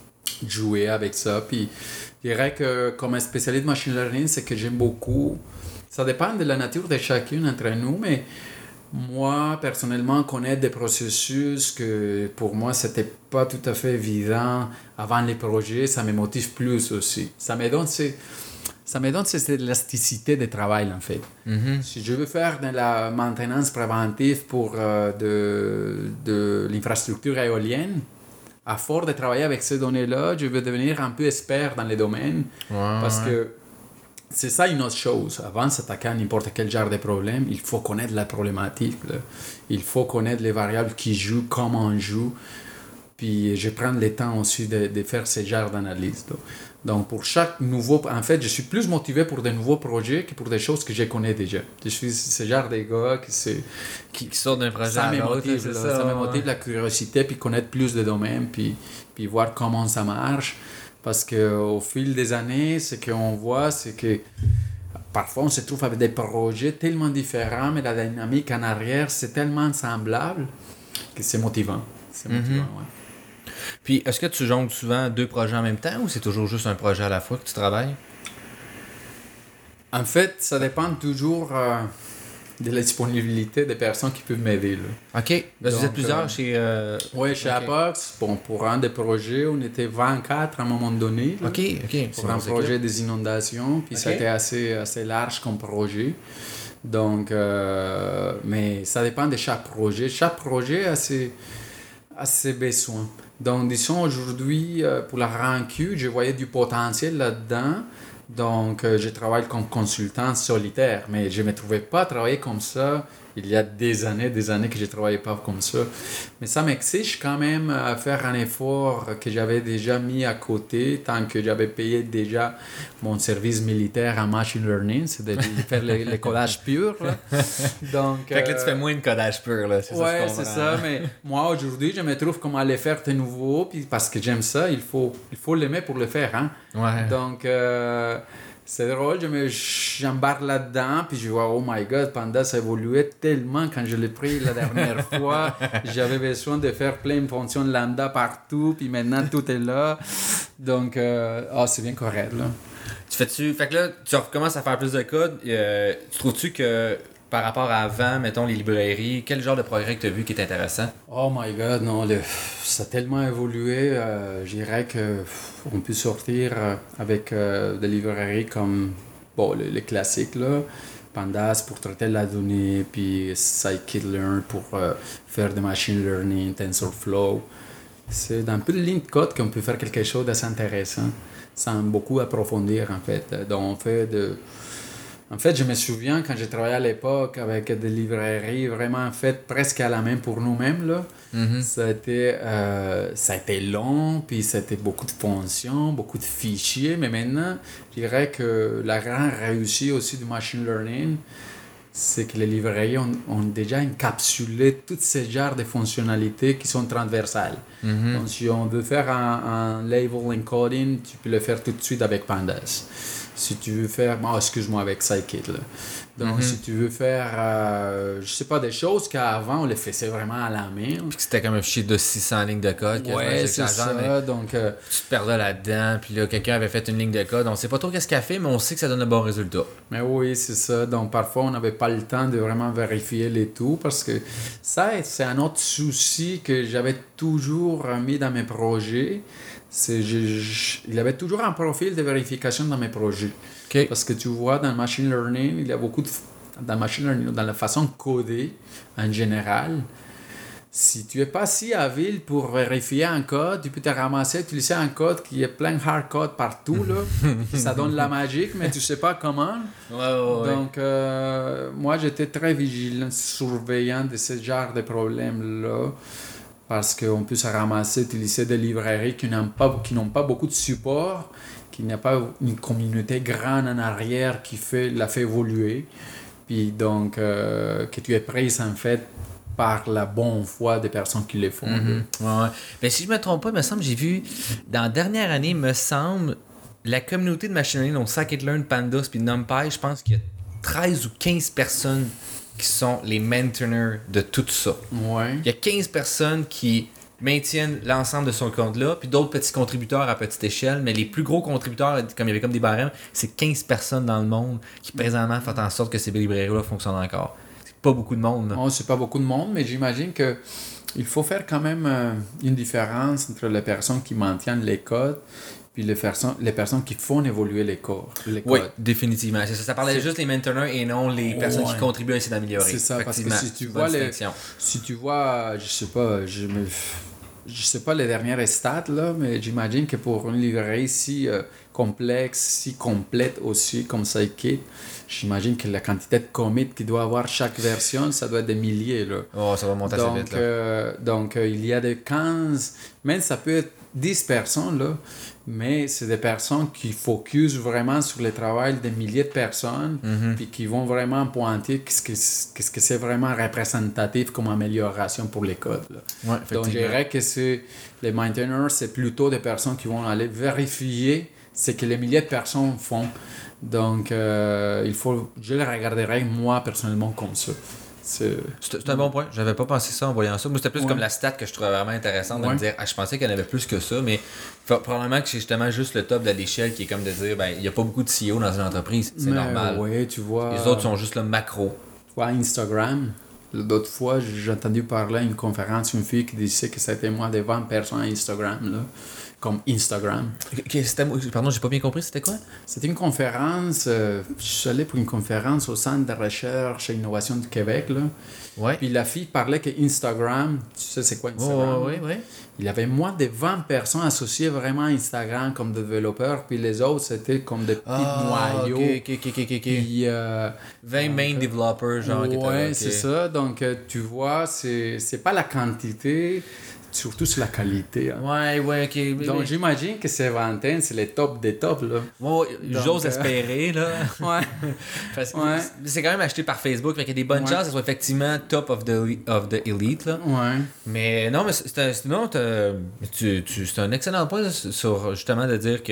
jouer avec ça. Puis je dirais que comme un spécialiste de machine learning, c'est que j'aime beaucoup. Ça dépend de la nature de chacun d'entre nous, mais moi, personnellement, connaître des processus que pour moi, c'était pas tout à fait évident avant les projets, ça me motive plus aussi. Ça me donne, c'est, ça me donne cette élasticité de travail, en fait. Mm-hmm. Si je veux faire de la maintenance préventive pour euh, de, de l'infrastructure éolienne, à force de travailler avec ces données-là, je veux devenir un peu expert dans les domaines ouais, parce ouais. que c'est ça une autre chose. Avant de s'attaquer à n'importe quel genre de problème, il faut connaître la problématique. Là. Il faut connaître les variables qui jouent, comment on joue. Puis je prends le temps aussi de, de faire ce genre d'analyse. Donc. donc pour chaque nouveau... En fait, je suis plus motivé pour de nouveaux projets que pour des choses que je connais déjà. Je suis ce genre de gars qui, c'est, qui, qui sort d'un projet ça à me l'autre. motive, Ça, ça ouais. me motive la curiosité, puis connaître plus de domaines, puis, puis voir comment ça marche. Parce qu'au fil des années, ce qu'on voit, c'est que parfois on se trouve avec des projets tellement différents, mais la dynamique en arrière, c'est tellement semblable que c'est motivant. C'est motivant, mm-hmm. ouais. Puis, est-ce que tu jongles souvent deux projets en même temps ou c'est toujours juste un projet à la fois que tu travailles? En fait, ça dépend toujours euh, de la disponibilité des personnes qui peuvent m'aider. Là. OK. Donc, vous êtes plusieurs euh, chez... Euh... Oui, chez okay. Apox. Bon, pour un des projets, on était vingt-quatre à un moment donné. Là, OK, OK. Pour un projet équipe. Des inondations. Puis okay. ça a été assez, assez large comme projet. Donc, euh, mais ça dépend de chaque projet. Chaque projet a ses, a ses besoins. Donc, disons, aujourd'hui, pour la RANQ, je voyais du potentiel là-dedans. Donc, euh, je travaille comme consultant solitaire, mais je ne me trouvais pas travailler comme ça. Il y a des années, des années que je ne travaillais pas comme ça. Mais ça m'exige quand même à faire un effort que j'avais déjà mis à côté, tant que j'avais payé déjà mon service militaire en machine learning, c'est de faire le, le codage pur. Là. Donc, fait que là, tu fais moins de codage pur. Là, c'est ouais, ça, c'est ça. Mais moi, aujourd'hui, je me trouve comme à le faire de nouveau, puis parce que j'aime ça, il faut, il faut l'aimer pour le faire. Hein? Ouais. Donc... Euh, c'est drôle, je me, j'embarque là-dedans, puis je vois, oh my god, Panda, ça évoluait tellement quand je l'ai pris la dernière fois. J'avais besoin de faire plein de fonctions lambda partout, puis maintenant tout est là. Donc, euh, oh, c'est bien correct, là. Tu fais-tu. Fait que là, tu recommences à faire plus de code. Euh, tu trouves-tu que par rapport à avant, mettons, les librairies, quel genre de progrès que tu as vu qui est intéressant? Oh my god, non, le, ça a tellement évolué. Euh, je dirais que pff, on peut sortir euh, avec euh, des librairies comme bon, les, les classiques, là. Pandas pour traiter la donnée, puis Scikit-learn pour euh, faire des machine learning, TensorFlow. C'est dans un peu de ligne de code qu'on peut faire quelque chose d'assez intéressant, sans beaucoup approfondir en fait. Donc on fait de... En fait, je me souviens quand j'ai travaillé à l'époque avec des librairies vraiment faites presque à la main pour nous-mêmes, là. Mm-hmm. Ça a été, euh, ça a été long, puis c'était beaucoup de fonctions, beaucoup de fichiers, mais maintenant, je dirais que la grande réussite aussi du machine learning, c'est que les librairies ont, ont déjà encapsulé tous ces genres de fonctionnalités qui sont transversales. Mm-hmm. Donc, si on veut faire un, un label encoding, tu peux le faire tout de suite avec Pandas. Si tu veux faire... Oh, excuse-moi, avec Scikit, là. Donc, mm-hmm. si tu veux faire, euh, je sais pas, des choses qu'avant, on les faisait vraiment à la main. Puis que c'était comme un fichier de six cents lignes de code. Ouais, c'est ça, mais donc... Euh, tu te perdais là-dedans, puis là, quelqu'un avait fait une ligne de code. On sait pas trop qu'est-ce qu'il a fait, mais on sait que ça donne un bon résultat. Mais oui, c'est ça. Donc, parfois, on n'avait pas le temps de vraiment vérifier les tout, parce que ça, c'est un autre souci que j'avais toujours mis dans mes projets. C'est, je, je, il y avait toujours un profil de vérification dans mes projets. Okay. Parce que tu vois, dans le machine learning, il y a beaucoup de... Dans le machine learning, dans la façon de coder, en général, si tu n'es pas si habile pour vérifier un code, tu peux te ramasser, utiliser un code qui est plein de hard code partout, là. Ça donne la magie, mais tu ne sais pas comment. Ouais, ouais, Donc, euh, moi, j'étais très vigilant, surveillant de ce genre de problèmes-là. Parce qu'on peut se ramasser, utiliser des librairies qui n'ont pas, qui n'ont pas beaucoup de support, qui n'y a pas une communauté grande en arrière qui fait, la fait évoluer. Puis donc, euh, que tu es prise en fait par la bonne foi des personnes qui le font. Mm-hmm. Ouais, ouais. Mais si je me trompe pas, il me semble, j'ai vu, dans la dernière année, il me semble, la communauté de machine learning, donc Scikit-learn, Pandas, puis NumPy, je pense qu'il y a treize ou quinze personnes qui sont les maintainers de tout ça. Ouais. Il y a quinze personnes qui maintiennent l'ensemble de son compte-là, puis d'autres petits contributeurs à petite échelle, mais les plus gros contributeurs, comme il y avait comme des barèmes, c'est quinze personnes dans le monde qui présentement font en sorte que ces librairies-là fonctionnent encore. C'est pas beaucoup de monde. Non, c'est pas beaucoup de monde, mais j'imagine que il faut faire quand même euh, une différence entre les personnes qui maintiennent les codes puis les, perso- les personnes qui font évoluer les, corps, les codes. Oui, définitivement. C'est ça, ça parlait c'est... juste des maintainers et non les personnes ouais. qui contribuent à essayer d'améliorer. C'est ça, parce que si tu vois les, si tu vois, je sais pas, je me, je sais pas les dernières stats là, mais j'imagine que pour une librairie si euh, complexe, si complète aussi comme Scikit, j'imagine que la quantité de commits qu'il doit avoir chaque version, ça doit être des milliers là. Oh, ça va monter donc, assez vite là. Euh, donc euh, il y a des quinze, même ça peut être dix personnes là. Mais c'est des personnes qui focus vraiment sur le travail de milliers de personnes, mm-hmm. puis qui vont vraiment pointer qu'est-ce que, qu'est-ce que c'est vraiment représentatif comme amélioration pour les codes. Là. Ouais, donc, je dirais que c'est, les maintainers, c'est plutôt des personnes qui vont aller vérifier ce que les milliers de personnes font. Donc, euh, il faut, je le regarderai moi personnellement comme ça. C'est... C'est, c'est un bon point. J'avais pas pensé ça en voyant ça. Moi, c'était plus ouais. comme la stat que je trouvais vraiment intéressante de ouais. me dire, ah, je pensais qu'il y en avait plus que ça, mais probablement que c'est justement juste le top de l'échelle qui est comme de dire, ben, il n'y a pas beaucoup de C E O dans une entreprise. C'est mais normal. Oui, tu vois. Les autres sont juste le macro. Tu vois, Instagram, d'autres fois, j'ai entendu parler à une conférence, une fille qui disait que c'était moins de vingt personnes à Instagram, là. Comme Instagram. Okay, c'était, pardon, j'ai pas bien compris, c'était quoi? C'était une conférence, euh, je suis allé pour une conférence au Centre de recherche et innovation du Québec, là. Ouais. Puis la fille parlait que Instagram, tu sais c'est quoi Instagram? Oh, oui, oui. Il y avait moins de vingt personnes associées vraiment à Instagram comme développeurs, puis les autres, c'était comme des petits ah, noyaux. Ok, ok, ok, ok. Puis, euh, vingt main donc, developers, genre. Ouais, qui étaient là, okay. c'est ça. Donc, tu vois, c'est, c'est pas la quantité, surtout sur la qualité. Hein. Ouais, ouais, ok. Donc, mais... j'imagine que ces vingtaines, c'est les tops des tops, là. Ouais, j'ose euh... espérer, là. Ouais. Parce que ouais. c'est quand même acheté par Facebook, fait qu'il y a des bonnes ouais. chances que ce soit effectivement top of the, of the elite, là. Ouais. Mais non, mais c'est, c'est, non, tu, tu, c'est un excellent point sur, justement, de dire que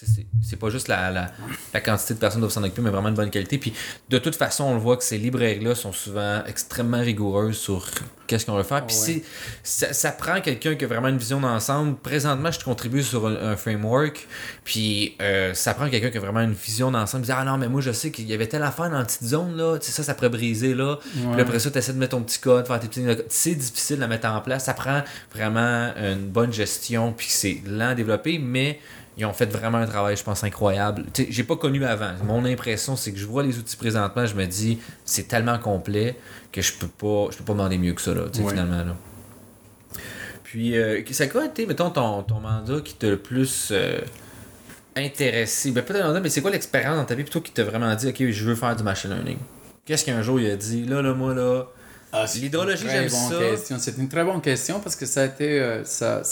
C'est, c'est pas juste la, la, la quantité de personnes qui doivent s'en occuper, mais vraiment de bonne qualité. Puis de toute façon, on le voit que ces librairies-là sont souvent extrêmement rigoureuses sur qu'est-ce qu'on veut faire. Puis oh, ouais. c'est, ça, ça prend quelqu'un qui a vraiment une vision d'ensemble. Présentement, je contribue sur un, un framework. Puis euh, ça prend quelqu'un qui a vraiment une vision d'ensemble. Dire, ah non, mais moi, je sais qu'il y avait telle affaire dans la petite zone, là. Tu sais, ça, ça pourrait briser, là. Ouais. Puis après ça, tu essaies de mettre ton petit code, faire tes petits. C'est difficile de la mettre en place. Ça prend vraiment une bonne gestion. Puis c'est lent à développer, mais ils ont fait vraiment un travail, je pense, incroyable. T'sais, j'ai pas connu avant. Mon impression, c'est que je vois les outils présentement, je me dis, c'est tellement complet que je peux pas je peux pas demander mieux que ça, là, ouais. finalement. Là. Puis, euh, ça a quoi été, mettons, ton, ton mandat qui t'a le plus euh, intéressé? Ben, pas tellement, mais c'est quoi l'expérience dans ta vie, plutôt qui t'a vraiment dit, OK, je veux faire du machine learning? Qu'est-ce qu'un jour il a dit, là, là, moi, là, ah, l'hydrologie, j'aime ça. Question. C'est une très bonne question parce que ça a été... Euh, ça,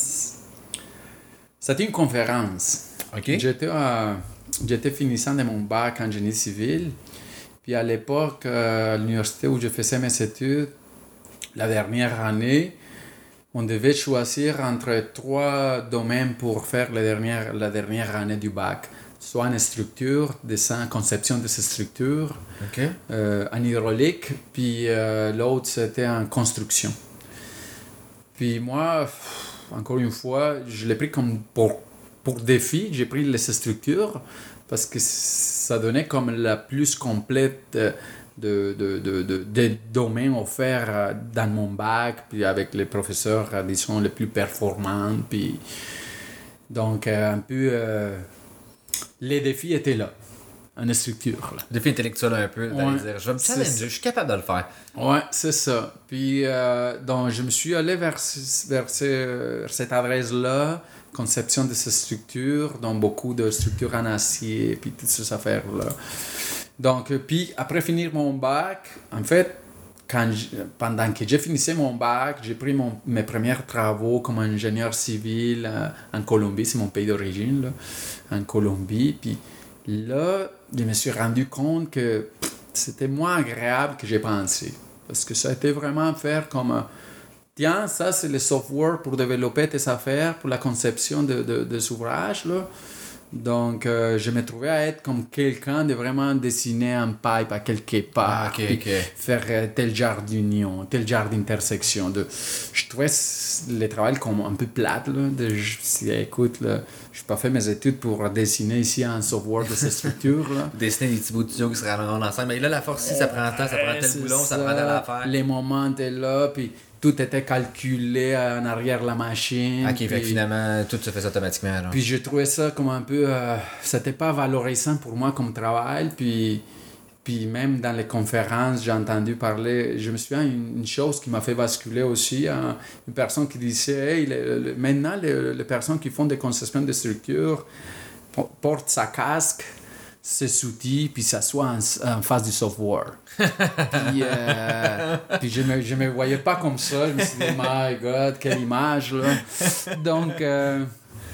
C'était une conférence. Okay. J'étais, euh, j'étais finissant de mon bac en génie civil. Puis à l'époque, euh, à l'université où je faisais mes études, la dernière année, on devait choisir entre trois domaines pour faire la dernière, la dernière année du bac. Soit en structure, dessin, conception de ces structures, okay. euh, en hydraulique, puis euh, l'autre c'était en construction. Puis moi... Encore une fois, je l'ai pris comme pour, pour défi. J'ai pris les structures parce que ça donnait comme la plus complète de, de, de, de, de, de domaines offerts dans mon bac, puis avec les professeurs, disons, les plus performants. Puis, donc, un peu, euh, les défis étaient là, en structure. Là. Défi intellectuel un peu, ouais, dire, je vais me challenger, je suis capable de le faire. Ouais, c'est ça. Puis, euh, donc, je me suis allé vers, vers, ce, vers cette adresse-là, conception de ces structures, donc beaucoup de structures en acier, puis toutes ces affaires-là. Donc, puis, après finir mon bac, en fait, quand je, pendant que j'ai fini mon bac, j'ai pris mon, mes premiers travaux comme ingénieur civil euh, en Colombie, c'est mon pays d'origine, là, en Colombie. Puis là, je me suis rendu compte que c'était moins agréable que j'ai pensé. Parce que ça a été vraiment faire comme... Tiens, ça, c'est le software pour développer tes affaires, pour la conception de, de, des ouvrages, là. Donc, euh, je me trouvais à être comme quelqu'un de vraiment dessiner un pipe à quelque part, ah, okay, okay. faire euh, tel genre d'union, tel genre d'intersection. De... Je trouvais le travail comme un peu plate. Là, de, je dis, écoute, là, je n'ai pas fait mes études pour dessiner ici un software de cette structure. Là. Dessiner des petits bouts de tuyaux qui se rendront ensemble. Mais là, la force, si ça prend temps, ça prend tel boulon, ça, ça prend telle affaire. Les moments étaient là, puis... Tout était calculé en arrière de la machine. Ok, puis, fait que finalement, tout se fait automatiquement. Alors. Puis je trouvais ça comme un peu... Euh, c'était pas valorisant pour moi comme travail. Puis, puis même dans les conférences, j'ai entendu parler... Je me souviens une, une chose qui m'a fait basculer aussi. Hein, une personne qui disait, hey, le, le, maintenant, les, les personnes qui font des conceptions de structures portent sa casque, ses outils, puis s'assoient en, en face du software. puis euh, puis je me, je me voyais pas comme ça. Je me suis dit, my God, quelle image, là. Donc, euh,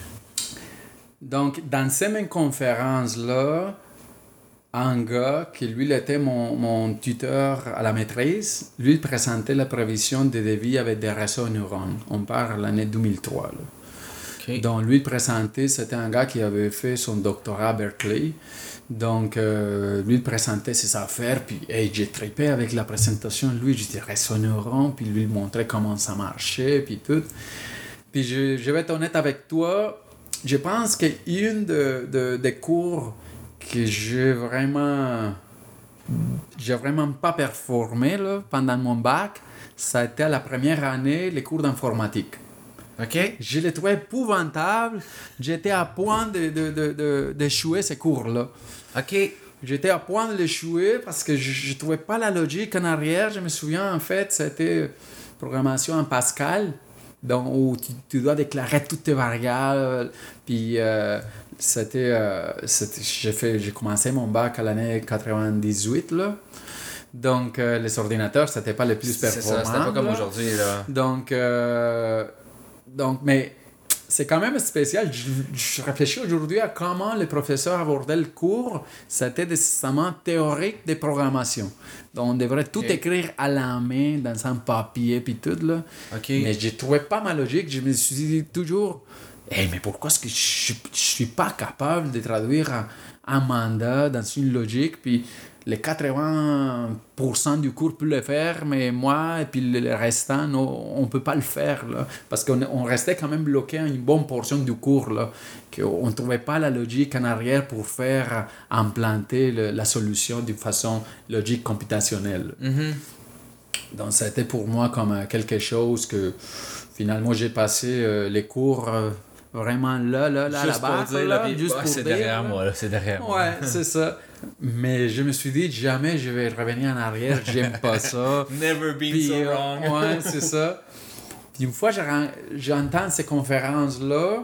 donc dans ces mêmes conférences-là, un gars qui, lui, il était mon, mon tuteur à la maîtrise, lui, il présentait la prévision des devis avec des réseaux neurones. On parle de l'année deux mille trois, là. Okay. Donc, lui, il présentait, c'était un gars qui avait fait son doctorat à Berkeley. Donc, euh, lui, il présentait ses affaires, puis hey, j'ai trippé avec la présentation. Lui, j'étais réseau neuron, puis lui, il montrait comment ça marchait, puis tout. Puis, je, je vais être honnête avec toi, je pense qu'une de, de, des cours que j'ai vraiment, j'ai vraiment pas performé là, pendant mon bac, ça a été à la première année, les cours d'informatique. OK. Je les trouvais épouvantables. J'étais à point de, de, de, de, d'échouer ces cours-là. OK. J'étais à point de l'échouer parce que je ne trouvais pas la logique en arrière. Je me souviens, en fait, c'était programmation en Pascal, donc, où tu, tu dois déclarer toutes tes variables. Puis, euh, c'était, euh, c'était, j'ai, fait, j'ai commencé mon bac à l'année quatre-vingt-dix-huit, là. Donc, euh, les ordinateurs, c'était pas le plus performant. C'est ça, c'était pas comme aujourd'hui, là. Donc... Euh, Donc, mais c'est quand même spécial. Je, je réfléchis aujourd'hui à comment les professeurs abordaient le cours. C'était des systèmes théoriques de programmation. Donc, on devrait tout okay. écrire à la main, dans un papier, puis tout, là. Okay. Mais je trouvais pas ma logique. Je me suis dit toujours, hey, mais pourquoi est-ce que je ne suis pas capable de traduire un, un mandat dans une logique, puis les quatre-vingts pour cent du cours peut le faire, mais moi et puis le restant, non, on ne peut pas le faire. Là, parce qu'on on restait quand même bloqué à une bonne portion du cours. Là, qu'on ne trouvait pas la logique en arrière pour faire implanter le, la solution d'une façon logique computationnelle. Mm-hmm. Donc, ça a été pour moi comme quelque chose que finalement j'ai passé euh, les cours. Euh, Vraiment là, là, là, juste là-bas. Pour dire, là, là, puis, juste ouais, pour c'est dire, derrière là. moi, là, c'est derrière moi. Ouais, c'est ça. Mais je me suis dit, jamais je vais revenir en arrière, j'aime pas ça. Never been puis, so euh, wrong. Ouais, c'est ça. Puis une fois, j'entends ces conférences-là,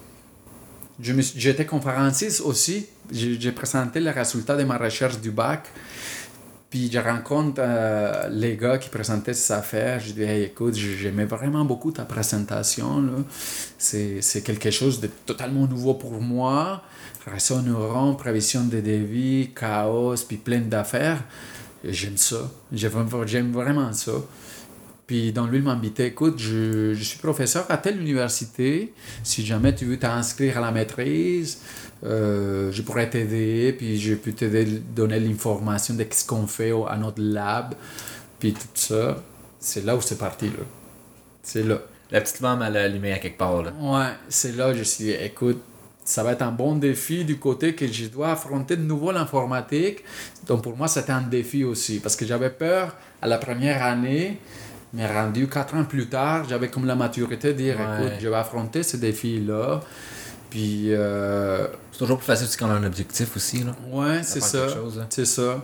je me suis, j'étais conférencier aussi. J'ai, j'ai présenté le résultat de ma recherche du bac. Puis je rencontre euh, les gars qui présentaient ces affaires. Je dis, hey, écoute, j'aimais vraiment beaucoup ta présentation. Là. C'est, c'est quelque chose de totalement nouveau pour moi. Réseau neuron, prévision de devis, chaos, puis plein d'affaires. Et j'aime ça. J'aime, j'aime vraiment ça. Puis donc lui, il m'invitait, écoute, je, je suis professeur à telle université. Si jamais tu veux t'inscrire à la maîtrise, Euh, je pourrais t'aider, puis je peux t'aider, donner l'information de ce qu'on fait à notre lab, puis tout ça. C'est là où c'est parti, là. C'est là. La petite lampe, elle a allumé à quelque part, là. Ouais, c'est là que je me suis dit, écoute, ça va être un bon défi du côté que je dois affronter de nouveau l'informatique. Donc pour moi, c'était un défi aussi, parce que j'avais peur à la première année, mais rendu quatre ans plus tard, j'avais comme la maturité de dire, ouais. écoute, je vais affronter ce défi-là. Puis, euh... c'est toujours plus facile quand on a un objectif aussi. Là. Ouais, c'est ça. Chose, c'est ça.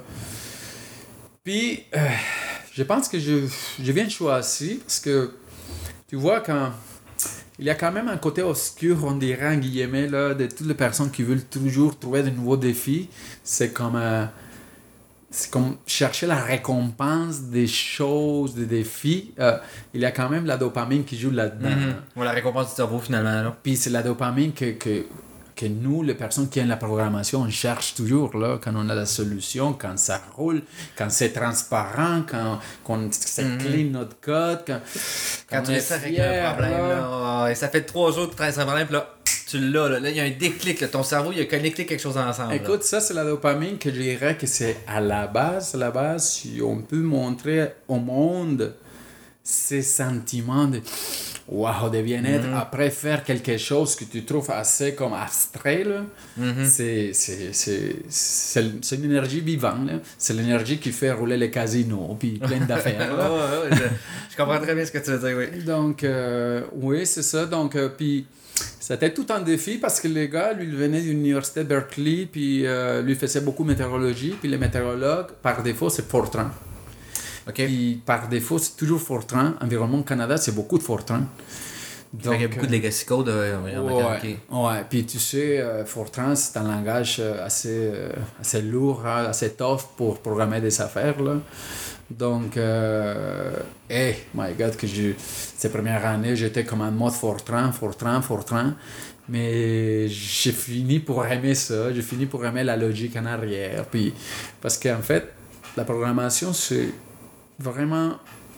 Puis, euh, je pense que je, je viens de choisir parce que, tu vois, quand il y a quand même un côté obscur, on dirait, en guillemets, là, de toutes les personnes qui veulent toujours trouver de nouveaux défis. C'est comme, euh, c'est comme chercher la récompense des choses, des défis. Euh, il y a quand même la dopamine qui joue là-dedans. Mm-hmm. Ouais, la récompense du cerveau, finalement. Là. Puis c'est la dopamine que, que, que nous, les personnes qui aiment la programmation, on cherche toujours là, quand on a la solution, quand ça roule, quand c'est transparent, quand, quand c'est mm-hmm. clean notre code, quand, quand, quand tu essaies avec un problème. Là. Là, et ça fait trois jours que tu travailles sur un problème, puis là, tu l'as. Là, il y a un déclic. Là, ton cerveau, il a connecté quelque chose ensemble. Écoute, là. ça, c'est la dopamine que je dirais que c'est à la base. À la base, si on peut montrer au monde ces sentiments de wow, de bien-être mm-hmm. après faire quelque chose que tu trouves assez comme abstrait, là, mm-hmm. c'est, c'est, c'est, c'est, c'est une énergie vivante. Là. C'est l'énergie qui fait rouler les casinos, puis plein d'affaires. Là. ouais, ouais, je, je comprends très bien ce que tu veux dire, oui. Donc, euh, oui, c'est ça. Donc, euh, puis, c'était tout un défi parce que le gars, lui, il venait de l'université de Berkeley, puis euh, lui faisait beaucoup de météorologie, puis les météorologues, par défaut, c'est Fortran. Okay. Puis par défaut, c'est toujours Fortran. Environnement Canada, c'est beaucoup de Fortran. Donc, il y a beaucoup de legacy code. Euh, ouais, okay. ouais. Puis tu sais, euh, Fortran, c'est un langage assez, euh, assez lourd, hein, assez tough pour programmer des affaires. Là. Donc, euh, hey, my God, que je, ces premières années, j'étais comme en mode Fortran, Fortran, Fortran. Mais j'ai fini pour aimer ça. J'ai fini pour aimer la logique en arrière. Puis, parce qu'en fait, la programmation, c'est vraiment,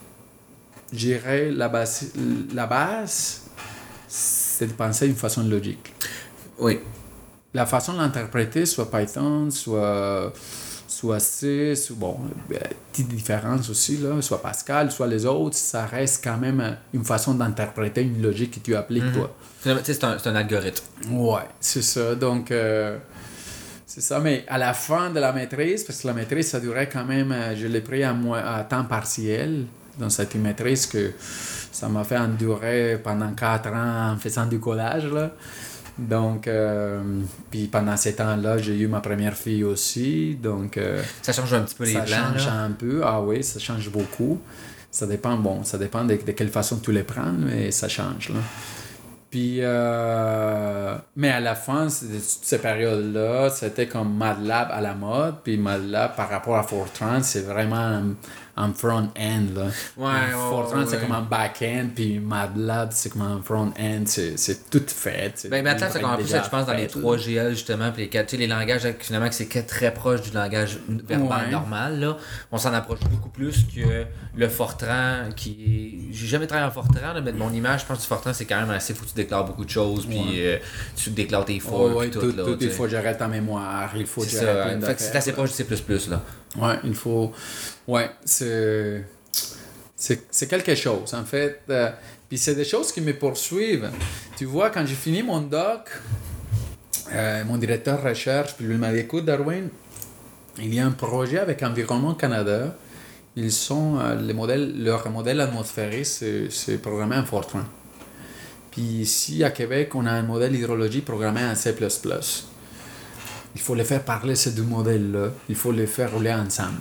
je dirais, la base, la base, c'est de penser d'une façon logique. Oui. La façon de l'interpréter, soit Python, soit, soit C, soit, bon, petite différence aussi, là, soit Pascal, soit les autres, ça reste quand même une façon d'interpréter une logique que tu appliques, mm-hmm. toi. Tu sais, c'est un, c'est un algorithme. Ouais, c'est ça. Donc, euh, c'est ça. Mais à la fin de la maîtrise, parce que la maîtrise, ça durait quand même, je l'ai pris à, moi, à temps partiel. Donc, c'est une maîtrise que ça m'a fait endurer pendant quatre ans en faisant du collage, là. Donc, euh, puis pendant ces temps-là, j'ai eu ma première fille aussi. Donc, euh, ça change un petit peu les plans. Ça change là. un peu. Ah oui, ça change beaucoup. Ça dépend, bon, ça dépend de, de quelle façon tu les prends, mais ça change, là. Puis, euh, mais à la fin de toutes ces périodes-là, c'était comme MATLAB à la mode. Puis MATLAB, par rapport à Fortran, c'est vraiment un, un front-end. Là. Ouais, Fortran, ouais, c'est ouais. comme un back-end. Puis MATLAB, c'est comme un front-end. C'est, c'est tout fait. C'est ben, MATLAB, c'est comme plus, je pense, dans les trois G L, justement. Puis les quatre, tu sais, les langages, finalement, que c'est très proche du langage verbal ouais. normal. Là. On s'en approche beaucoup plus que le Fortran, qui est... J'ai jamais travaillé en Fortran, là, mais mon image, je pense, du Fortran, c'est quand même assez foutu déclares beaucoup de choses, puis Ouais. euh, tu déclares tes Oh, fautes, ouais, puis tout, tout, là. tout, tu il sais. faut gérer ta mémoire, il faut C'est gérer ça. plein Fait que d'affaires. c'est assez proche du C plus plus, là. Ouais, il faut. Ouais, c'est. C'est, c'est quelque chose, en fait. Euh, Puis c'est des choses qui me poursuivent. Tu vois, quand j'ai fini mon doc, euh, mon directeur de recherche, puis lui m'a dit écoute, Darwin, il y a un projet avec Environnement Canada. Ils sont. Euh, les modèles, leur modèle atmosphérique, c'est, c'est programmé en Fortran. Puis ici, à Québec, on a un modèle hydrologie programmé en C plus plus. Il faut les faire parler ces deux modèles-là. Il faut les faire rouler ensemble.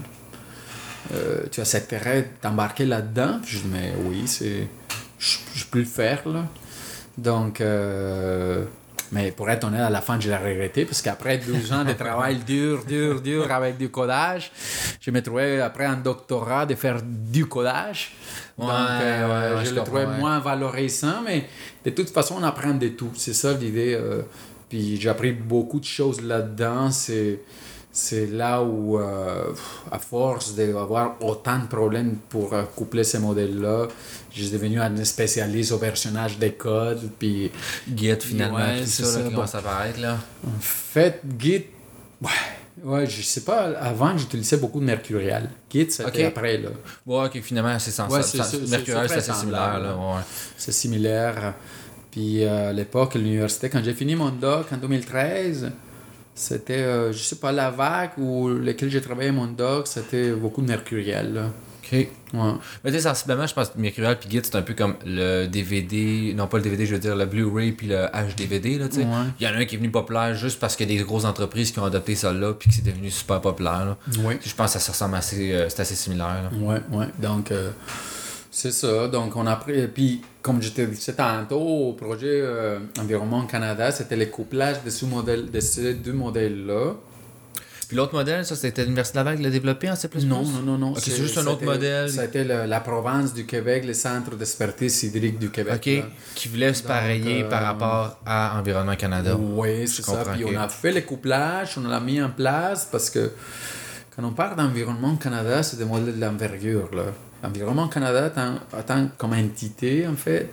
Euh, tu accepterais d'embarquer là-dedans? Puis je dis, mais oui, c'est... Je, je peux le faire, là. Donc, euh... mais pour être honnête, à la fin, je l'ai regretté, parce qu'après douze ans de travail dur, dur, dur, avec du codage, je me trouvais, après un doctorat, de faire du codage. Ouais, Donc, euh, ouais, ouais, je je le trouvais comprends, ouais. moins valorisant, mais de toute façon, on apprend de tout. C'est ça l'idée. Euh... Puis j'ai appris beaucoup de choses là-dedans. C'est... C'est là où, euh, à force d'avoir autant de problèmes pour euh, coupler ces modèles-là, je suis devenu un spécialiste au versionnage des codes. Puis, Git, finalement, ouais, tout c'est ça, ça, là, qui bon. commence à apparaître, là. En fait, Git, ouais, ouais, je sais pas, avant j'utilisais beaucoup de Mercurial. Git, c'était Ok. après, là. Ouais, ok, finalement, c'est sans Ouais, ça. c'est- ça- c'est- Mercurial, c'est c'est très assez similaire, semblable, là. Ouais. C'est similaire. Puis euh, à l'époque, à l'université, quand j'ai fini mon doc en deux mille treize, c'était, euh, je sais pas, la vague où lequel j'ai travaillé mon doc, c'était beaucoup de Mercurial, là. Ok. Ouais. Mais tu sais, sensiblement, je pense que Mercurial puis Git, c'est un peu comme le D V D, non pas le D V D, je veux dire le Blu-ray puis le H D V D, là, tu sais. Ouais. Il y en a un qui est venu populaire juste parce qu'il y a des grosses entreprises qui ont adopté ça là puis que c'est devenu super populaire, là. Ouais. Je pense que ça se ressemble assez, euh, c'est assez similaire, là. Ouais, ouais. Donc, euh, c'est ça. Donc, on a pris. Puis, comme je te disais tantôt, au projet euh, Environnement Canada, c'était le couplage de, sous-modèles, de ces deux modèles-là. Puis l'autre modèle, ça, c'était l'Université Laval qui l'a développé en C plus plus? Non, non, non, non. Ok, c'est juste un autre c'était- modèle. C'était le- la province du Québec, le Centre d'expertise hydrique du Québec. Ok, là. qui voulait se Donc, pareiller euh, par rapport à Environnement Canada. Oui, Je c'est ça. comprends, Puis ok. on a fait le couplage, on l'a mis en place parce que quand on parle d'Environnement Canada, c'est des modèles d'envergure, là. Environnement Canada, tant, tant comme entité, en fait,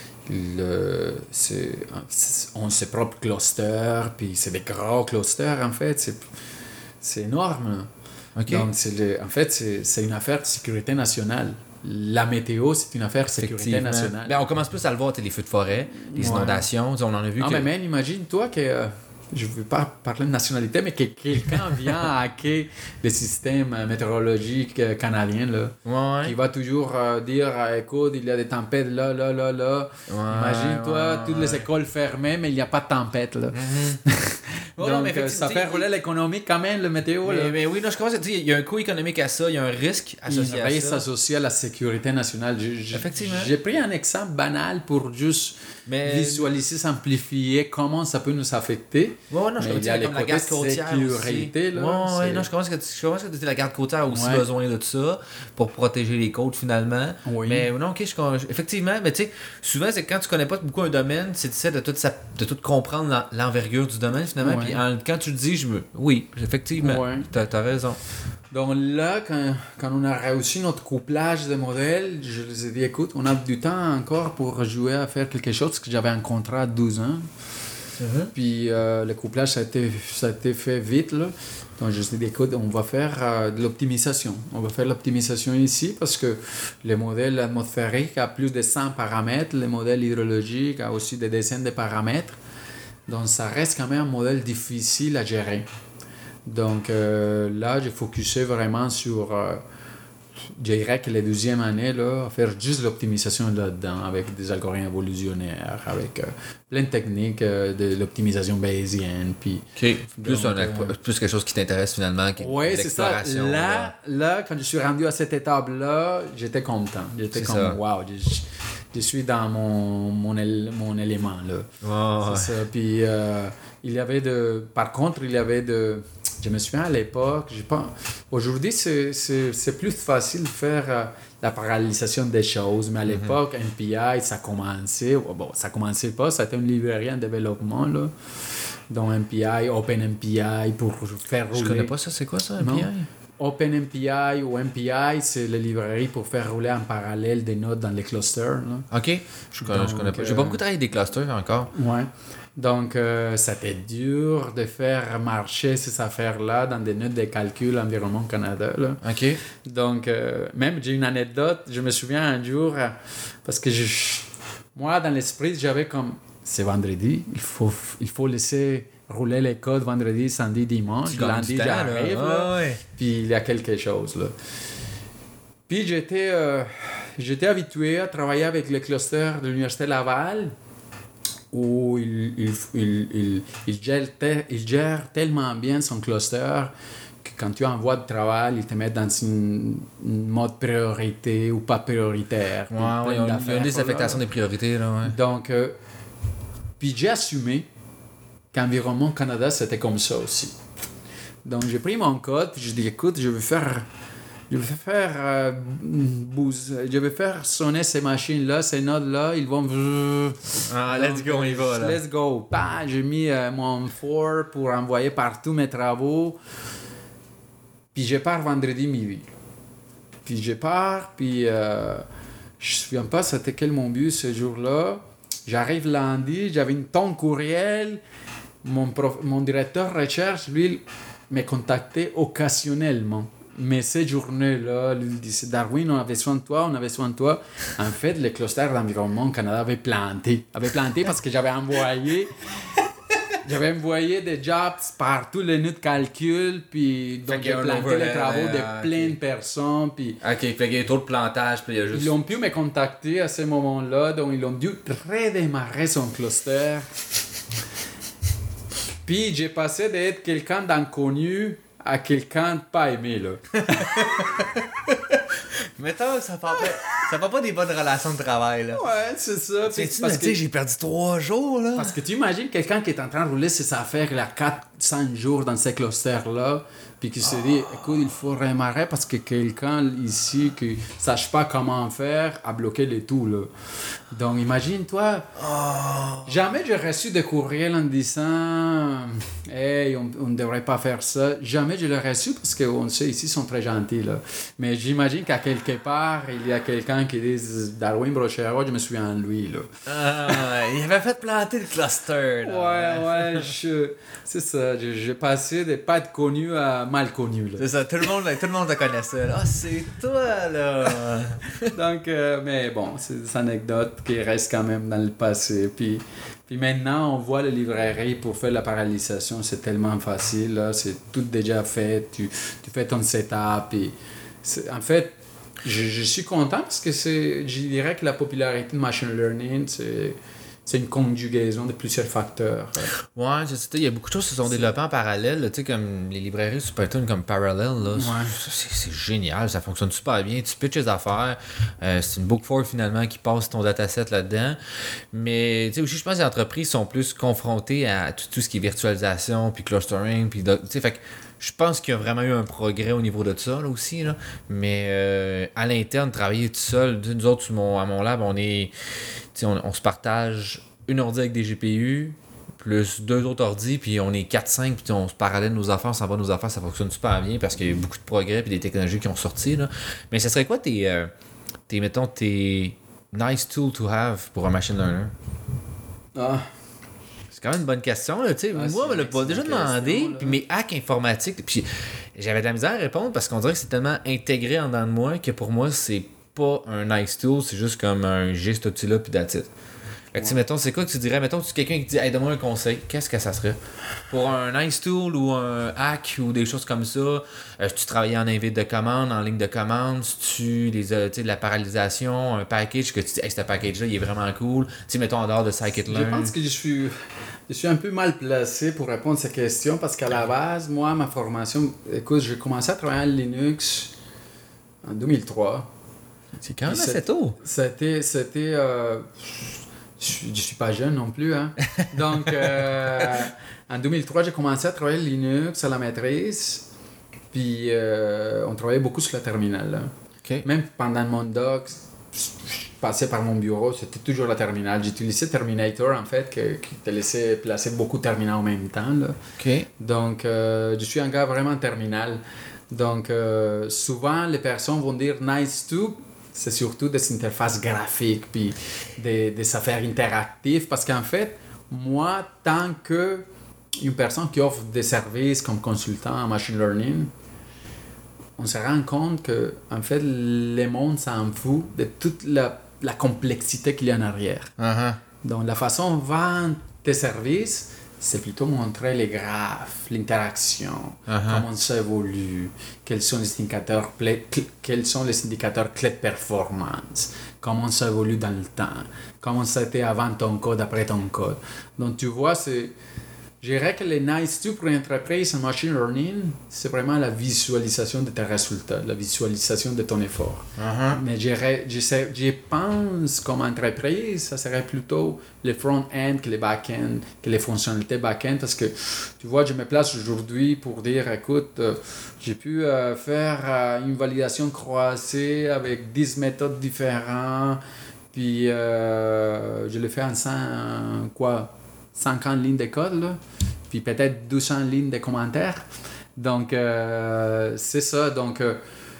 le, c'est, c'est- on a ses propres clusters, puis c'est des gros clusters, en fait. C'est, c'est énorme, là. Ok. Donc, c'est le, en fait, c'est, c'est une affaire de sécurité nationale. La météo, c'est une affaire de sécurité Effectivement. nationale. Ben, on commence plus à le voir, tu sais, les feux de forêt, les Ouais. inondations, tu sais, on en a vu Non, que... mais man, imagine-toi que, euh, je ne veux pas parler de nationalité, mais que quelqu'un vient hacker le système euh, météorologique euh, canadien, là, Ouais, qui va toujours euh, dire, euh, écoute, il y a des tempêtes là, là, là, là. ouais, Imagine-toi, ouais, toutes ouais. les écoles fermées, mais il n'y a pas de tempête, là. Mhm. Ouais, non, Donc, mais euh, ça effectivement, fait rouler l'économie quand même, le météo, là. Mais, mais oui, non, je commence à dire, il y a un coût économique à ça, il y a un risque associé Il à risque ça. associé à la sécurité nationale. Je- je- Effectivement. J'ai pris un exemple banal pour juste Mais... visualiser, simplifier comment ça peut nous affecter. Ouais, ouais, non, je Mais commence il y a à les comme la côtés garde côtière sécurité, aussi. là, Ouais, ouais, c'est- non, je commence que je commence que tu dis la garde côtière a aussi Ouais. besoin de ça pour protéger les côtes finalement. Oui. Mais non, ok, je, effectivement, mais tu sais, souvent c'est que quand tu connais pas beaucoup un domaine, c'est tu de tout sa- de tout comprendre l'en- l'envergure du domaine finalement. Ouais. Puis en- quand tu le dis, je me, oui, effectivement, Ouais. t'as as raison. Donc là, quand, quand on a réussi notre couplage de modèles, je les ai dit, écoute, on a du temps encore pour jouer à faire quelque chose, parce que j'avais un contrat de douze ans. Puis euh, le couplage, ça a, été, ça a été fait vite, là. Donc je me suis dit, écoute, on va faire euh, de l'optimisation. On va faire l'optimisation ici parce que le modèle atmosphérique a plus de cent paramètres, le modèle hydrologique a aussi des dizaines de paramètres. Donc ça reste quand même un modèle difficile à gérer. Donc euh, là, j'ai focusé vraiment sur, euh, je dirais que la deuxième année, là, à faire juste l'optimisation là-dedans, avec des algorithmes évolutionnaires, avec euh, plein de techniques euh, de l'optimisation bayésienne. Puis, Ok. Plus, Donc, un, euh, plus quelque chose qui t'intéresse finalement, qui est oui, de c'est ça. l'exploration, Là, là, quand je suis rendu à cette étape-là, j'étais content. J'étais C'est comme, ça. waouh, je, je suis dans mon, mon, él- mon élément, là. Ouais, ouais. C'est ça. Puis, euh, il y avait de... Par contre, il y avait de... Je me souviens à l'époque, j'ai pas... Aujourd'hui, c'est, c'est, c'est plus facile de faire euh, la parallélisation des choses, mais à l'époque, N P I, ça commençait... Bon, ça commençait pas, c'était une librairie en développement, là. Donc, N P I, OpenMPI, pour faire rouler... Je connais pas ça, c'est quoi ça, un Non. P I? OpenMPI ou M P I, c'est la librairie pour faire rouler en parallèle des nodes dans les clusters. Là. OK. Je connais, Donc, je connais pas. J'ai euh, pas beaucoup travaillé avec des clusters encore. Ouais. Donc, euh, c'était dur de faire marcher ces affaires-là dans des notes de calcul Environnement Canada. Là. OK. Donc, euh, même, j'ai une anecdote. Je me souviens un jour, euh, parce que je, moi, dans l'esprit, j'avais comme, c'est vendredi, il faut, il faut laisser rouler les codes vendredi, samedi, dimanche. Lundi, j'arrive, là, ouais. puis il y a quelque chose. Là. Puis, j'étais, euh, j'étais habitué à travailler avec le cluster de l'Université Laval, où il, il, il, il, il, gère te, il gère tellement bien son cluster que quand tu envoies de travail, il te met dans une, une mode priorité ou pas prioritaire. Ouais, ouais, il y a une liste d'affectation des priorités. Là, ouais. Donc, euh, puis j'ai assumé qu'Environnement Canada, c'était comme ça aussi. Donc, j'ai pris mon code, puis j'ai dit, écoute, je vais faire... Je vais faire euh, bouse, je vais faire sonner ces machines-là, ces nodes-là, ils vont... Ah, let's go, on y va, là. Let's go. Bah, j'ai mis euh, mon for pour envoyer partout mes travaux. Puis je pars vendredi midi. Puis je pars, puis euh, je ne me souviens pas c'était quel mon but ce jour-là. J'arrive lundi, j'avais une tonne courriel. Mon, prof, mon directeur recherche, lui, me contactait occasionnellement. Mais ces journées-là, lui disait Darwin, on avait besoin de toi, on avait besoin de toi. En fait, le cluster d'Environnement Canada avait planté. Avait planté parce que j'avais envoyé. J'avais envoyé des jobs par tous les nœuds de calcul, puis donc j'ai planté les travaux de ah, plein okay. de personnes. Puis ok, fait qu'il y a trop de plantage, puis il y a juste... Ils ont pu me contacter à ce moment-là, donc ils ont dû redémarrer son cluster. Puis j'ai passé d'être quelqu'un d'inconnu à quelqu'un de pas aimé, là. Mettons, ça part pas, ça part pas des bonnes relations de travail, là. Ouais, c'est ça. Tu sais, parce que j'ai perdu trois jours, là. Parce que tu imagines quelqu'un qui est en train de rouler ses affaires, il a quatre cinq jours dans ces clusters-là, puis qui se dit, écoute, il faut redémarrer parce que quelqu'un ici qui ne sache pas comment faire a bloqué le tout, là. Donc, imagine-toi, oh. Jamais j'ai reçu de courriel en disant, hey, on ne devrait pas faire ça. Jamais je l'ai reçu parce qu'on sait, ici, ils sont très gentils, là. Mais j'imagine qu'à quelque part, il y a quelqu'un qui dit, Darwin Brochero, je me souviens de lui, là. Ah, il avait fait planter le cluster, là. Ouais, ouais, je, c'est ça. J'ai passé de pas être connu à mal connu, là. C'est ça, tout le monde, tout le monde te connaissait. Ah, oh, c'est toi, là. Donc, euh, mais bon, c'est des anecdotes qui restent quand même dans le passé. Puis, puis maintenant, on voit les librairies pour faire la paralysation, c'est tellement facile, là. C'est tout déjà fait. Tu, tu fais ton setup. Puis en fait, je, je suis content parce que c'est, je dirais que la popularité de machine learning, c'est... C'est une conjugaison de plusieurs facteurs. Ouais, je sais, il y a beaucoup de choses qui se sont développées en parallèle, tu sais, comme les librairies sur Python comme Parallel, là, ouais. c'est, c'est génial, ça fonctionne super bien. Tu pitches les affaires, euh, c'est une book four finalement qui passe ton dataset là-dedans. Mais tu sais, aussi, je pense que les entreprises sont plus confrontées à tout, tout ce qui est virtualisation, puis clustering, puis tu sais, fait que je pense qu'il y a vraiment eu un progrès au niveau de ça, là, aussi, là. Mais euh, à l'interne, travailler tout seul, nous autres, sur mon, à mon lab, on est... On, on se partage une ordi avec des G P U, plus deux autres ordis, puis on est quatre cinq, puis on se parallèle nos affaires, on s'en va nos affaires, ça fonctionne super bien parce qu'il y a eu beaucoup de progrès et des technologies qui ont sorti, là. Mais ce serait quoi tes, euh, tes, mettons, tes nice tools to have pour un machine learner? Ah... C'est quand même une bonne question, là, tu sais. Ah, moi, on me l'a pas déjà demandé, puis mes hacks informatiques, puis j'avais de la misère à répondre parce qu'on dirait que c'est tellement intégré en dedans de moi que pour moi, c'est pas un nice tool, c'est juste comme un j'ai cet outil-là, puis that's it. Fait que, ouais. Mettons, c'est quoi que tu dirais? Mettons, tu es quelqu'un qui te dit, hey, donne-moi un conseil. Qu'est-ce que ça serait? Pour un nice tool ou un hack ou des choses comme ça, euh, si tu travaillais en invite de commande, en ligne de commande, si tu les euh, de la paralysation, un package que tu dis, hey, ce package-là, il est vraiment cool. Tu sais, mettons, en dehors de scikit-learn. Je pense que je suis, je suis un peu mal placé pour répondre à cette question parce qu'à la base, moi, ma formation, écoute, j'ai commencé à travailler en Linux en deux mille trois. C'est quand même assez tôt. C'était. c'était euh, je ne suis pas jeune non plus. Hein. Donc, euh, en deux mille trois, j'ai commencé à travailler Linux à la maîtrise. Puis, euh, on travaillait beaucoup sur le terminal. Hein. Okay. Même pendant mon doc, je passais par mon bureau, c'était toujours la terminal. J'utilisais Terminator, en fait, que, qui te laissait placer beaucoup de terminaux en même temps. Là. Okay. Donc, euh, je suis un gars vraiment terminal. Donc, euh, souvent, les personnes vont dire nice to, c'est surtout des interfaces graphiques, puis des, des affaires interactives, parce qu'en fait, moi, tant que une personne qui offre des services comme consultant en machine learning, on se rend compte que, en fait, le monde s'en fout de toute la, la complexité qu'il y a en arrière. Uh-huh. Donc, la façon de vendre tes services, c'est plutôt montrer les graphes, l'interaction, Uh-huh. comment ça évolue, quels sont les indicateurs clés, quels sont les indicateurs clés de performance, comment ça évolue dans le temps, comment ça a été avant ton code, après ton code. Donc, tu vois, c'est... Je dirais que les nice to pour une entreprise en machine learning, c'est vraiment la visualisation de tes résultats, la visualisation de ton effort. Uh-huh. Mais je, dirais- je, sais- je pense comme entreprise, ça serait plutôt le front-end que le back-end, que les fonctionnalités back-end, parce que tu vois, je me place aujourd'hui pour dire, écoute, euh, j'ai pu euh, faire euh, une validation croisée avec dix méthodes différentes, puis euh, je le fais en cent, quoi, cinquante lignes de code, là, puis peut-être deux cents lignes de commentaires. Donc, euh, c'est ça. Donc, euh,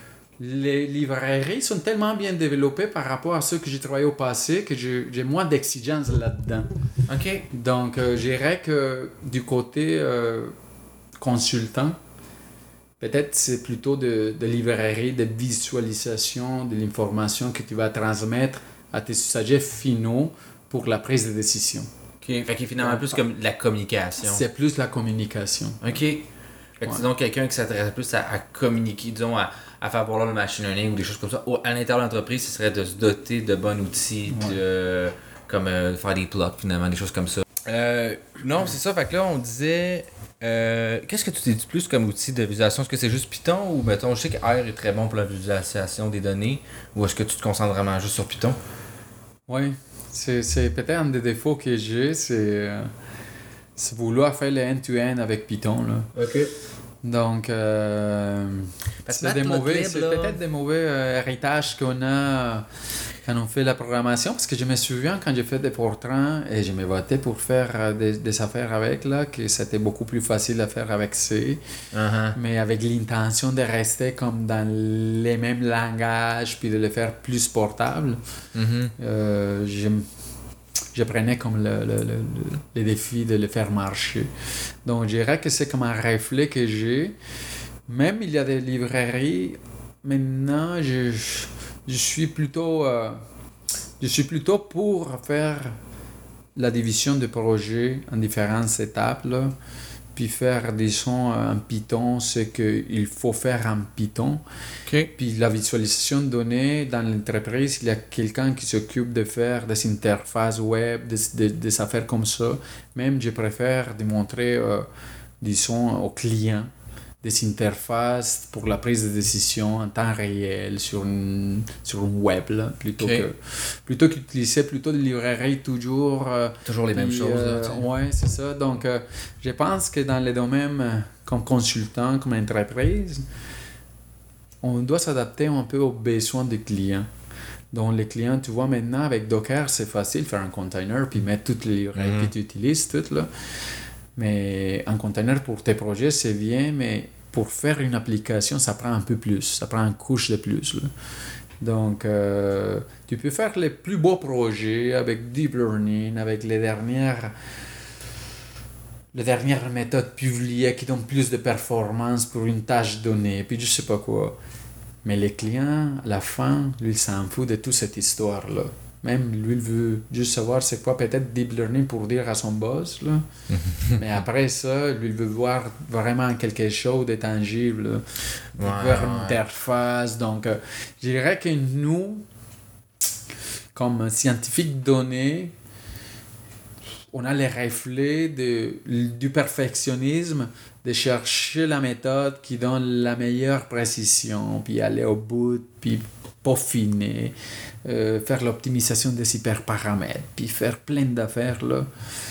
les librairies sont tellement bien développées par rapport à ceux que j'ai travaillé au passé que j'ai, j'ai moins d'exigences là-dedans. OK. Donc, euh, je dirais que du côté euh, consultant, peut-être c'est plutôt de, de librairie, de visualisation de l'information que tu vas transmettre à tes usagers finaux pour la prise de décision. OK. Fait qu'il est finalement plus comme de la communication. C'est plus la communication. OK. Fait que Ouais. c'est donc quelqu'un qui s'intéresse plus à, à communiquer, disons, à, à faire voir le machine learning ou des choses comme ça. Au- à l'intérieur de l'entreprise, ce serait de se doter de bons outils, Ouais. de, comme euh, faire des plots, finalement, des choses comme ça. Euh, non, c'est ça. Fait que là, on disait... euh, qu'est-ce que tu t'es dit plus comme outil de visualisation? Est-ce que c'est juste Python ou, mettons, je sais que R est très bon pour la visualisation des données, ou est-ce que tu te concentres vraiment juste sur Python? Oui, c'est, c'est peut-être un des défauts que j'ai, c'est, euh, c'est vouloir faire le end-to-end avec Python, là. OK. Donc, euh, Parce que c'est, des Matplotlib, mauvais, c'est là- peut-être des mauvais euh, héritages qu'on a quand on fait la programmation, parce que je me souviens quand j'ai fait des Fortran et je me battais pour faire euh, des, des affaires avec, là, que c'était beaucoup plus facile à faire avec C, Uh-huh. mais avec l'intention de rester comme dans les mêmes langages, puis de le faire plus portable. Mhm. Euh, je, je prenais comme le, le, le, le, le défi de le faire marcher. Donc, je dirais que c'est comme un reflet que j'ai. Même il y a des librairies, maintenant, je, je suis plutôt, euh, je suis plutôt pour faire la division de projets en différentes étapes, là, puis faire, disons, en Python ce qu'il faut faire en Python. OK. Puis la visualisation de données dans l'entreprise, il y a quelqu'un qui s'occupe de faire des interfaces web, des, des, des affaires comme ça. Même, je préfère démontrer, euh, disons, aux clients des interfaces pour la prise de décision en temps réel sur une, sur une web, là, plutôt Ok. que plutôt qu'utiliser plutôt des librairies toujours... euh, Toujours les mêmes puis, choses. euh, là, tu sais. ouais, c'est ça. Donc, euh, je pense que dans les domaines euh, comme consultant, comme entreprise, on doit s'adapter un peu aux besoins des clients. Donc, les clients, tu vois, maintenant, avec Docker, c'est facile de faire un container, puis mettre toutes les librairies Mhm. que tu utilises, toutes, là. Mais un container pour tes projets, c'est bien, mais pour faire une application, ça prend un peu plus. Ça prend une couche de plus, là. Donc, euh, tu peux faire les plus beaux projets avec Deep Learning, avec les dernières, les dernières méthodes publiées qui donnent plus de performance pour une tâche donnée, puis je sais pas quoi. Mais les clients, à la fin, lui, il s'en fout de toute cette histoire-là. Même lui, il veut juste savoir c'est quoi peut-être Deep Learning pour dire à son boss, là. Mais après ça, lui, il veut voir vraiment quelque chose de tangible, là. Il veut Ouais, voir une ouais. interface. Donc, euh, je dirais que nous, comme scientifiques donnés, on a les reflets de, du perfectionnisme, de chercher la méthode qui donne la meilleure précision, puis aller au bout, puis peaufiner, euh, faire l'optimisation des hyperparamètres, puis faire plein d'affaires, là.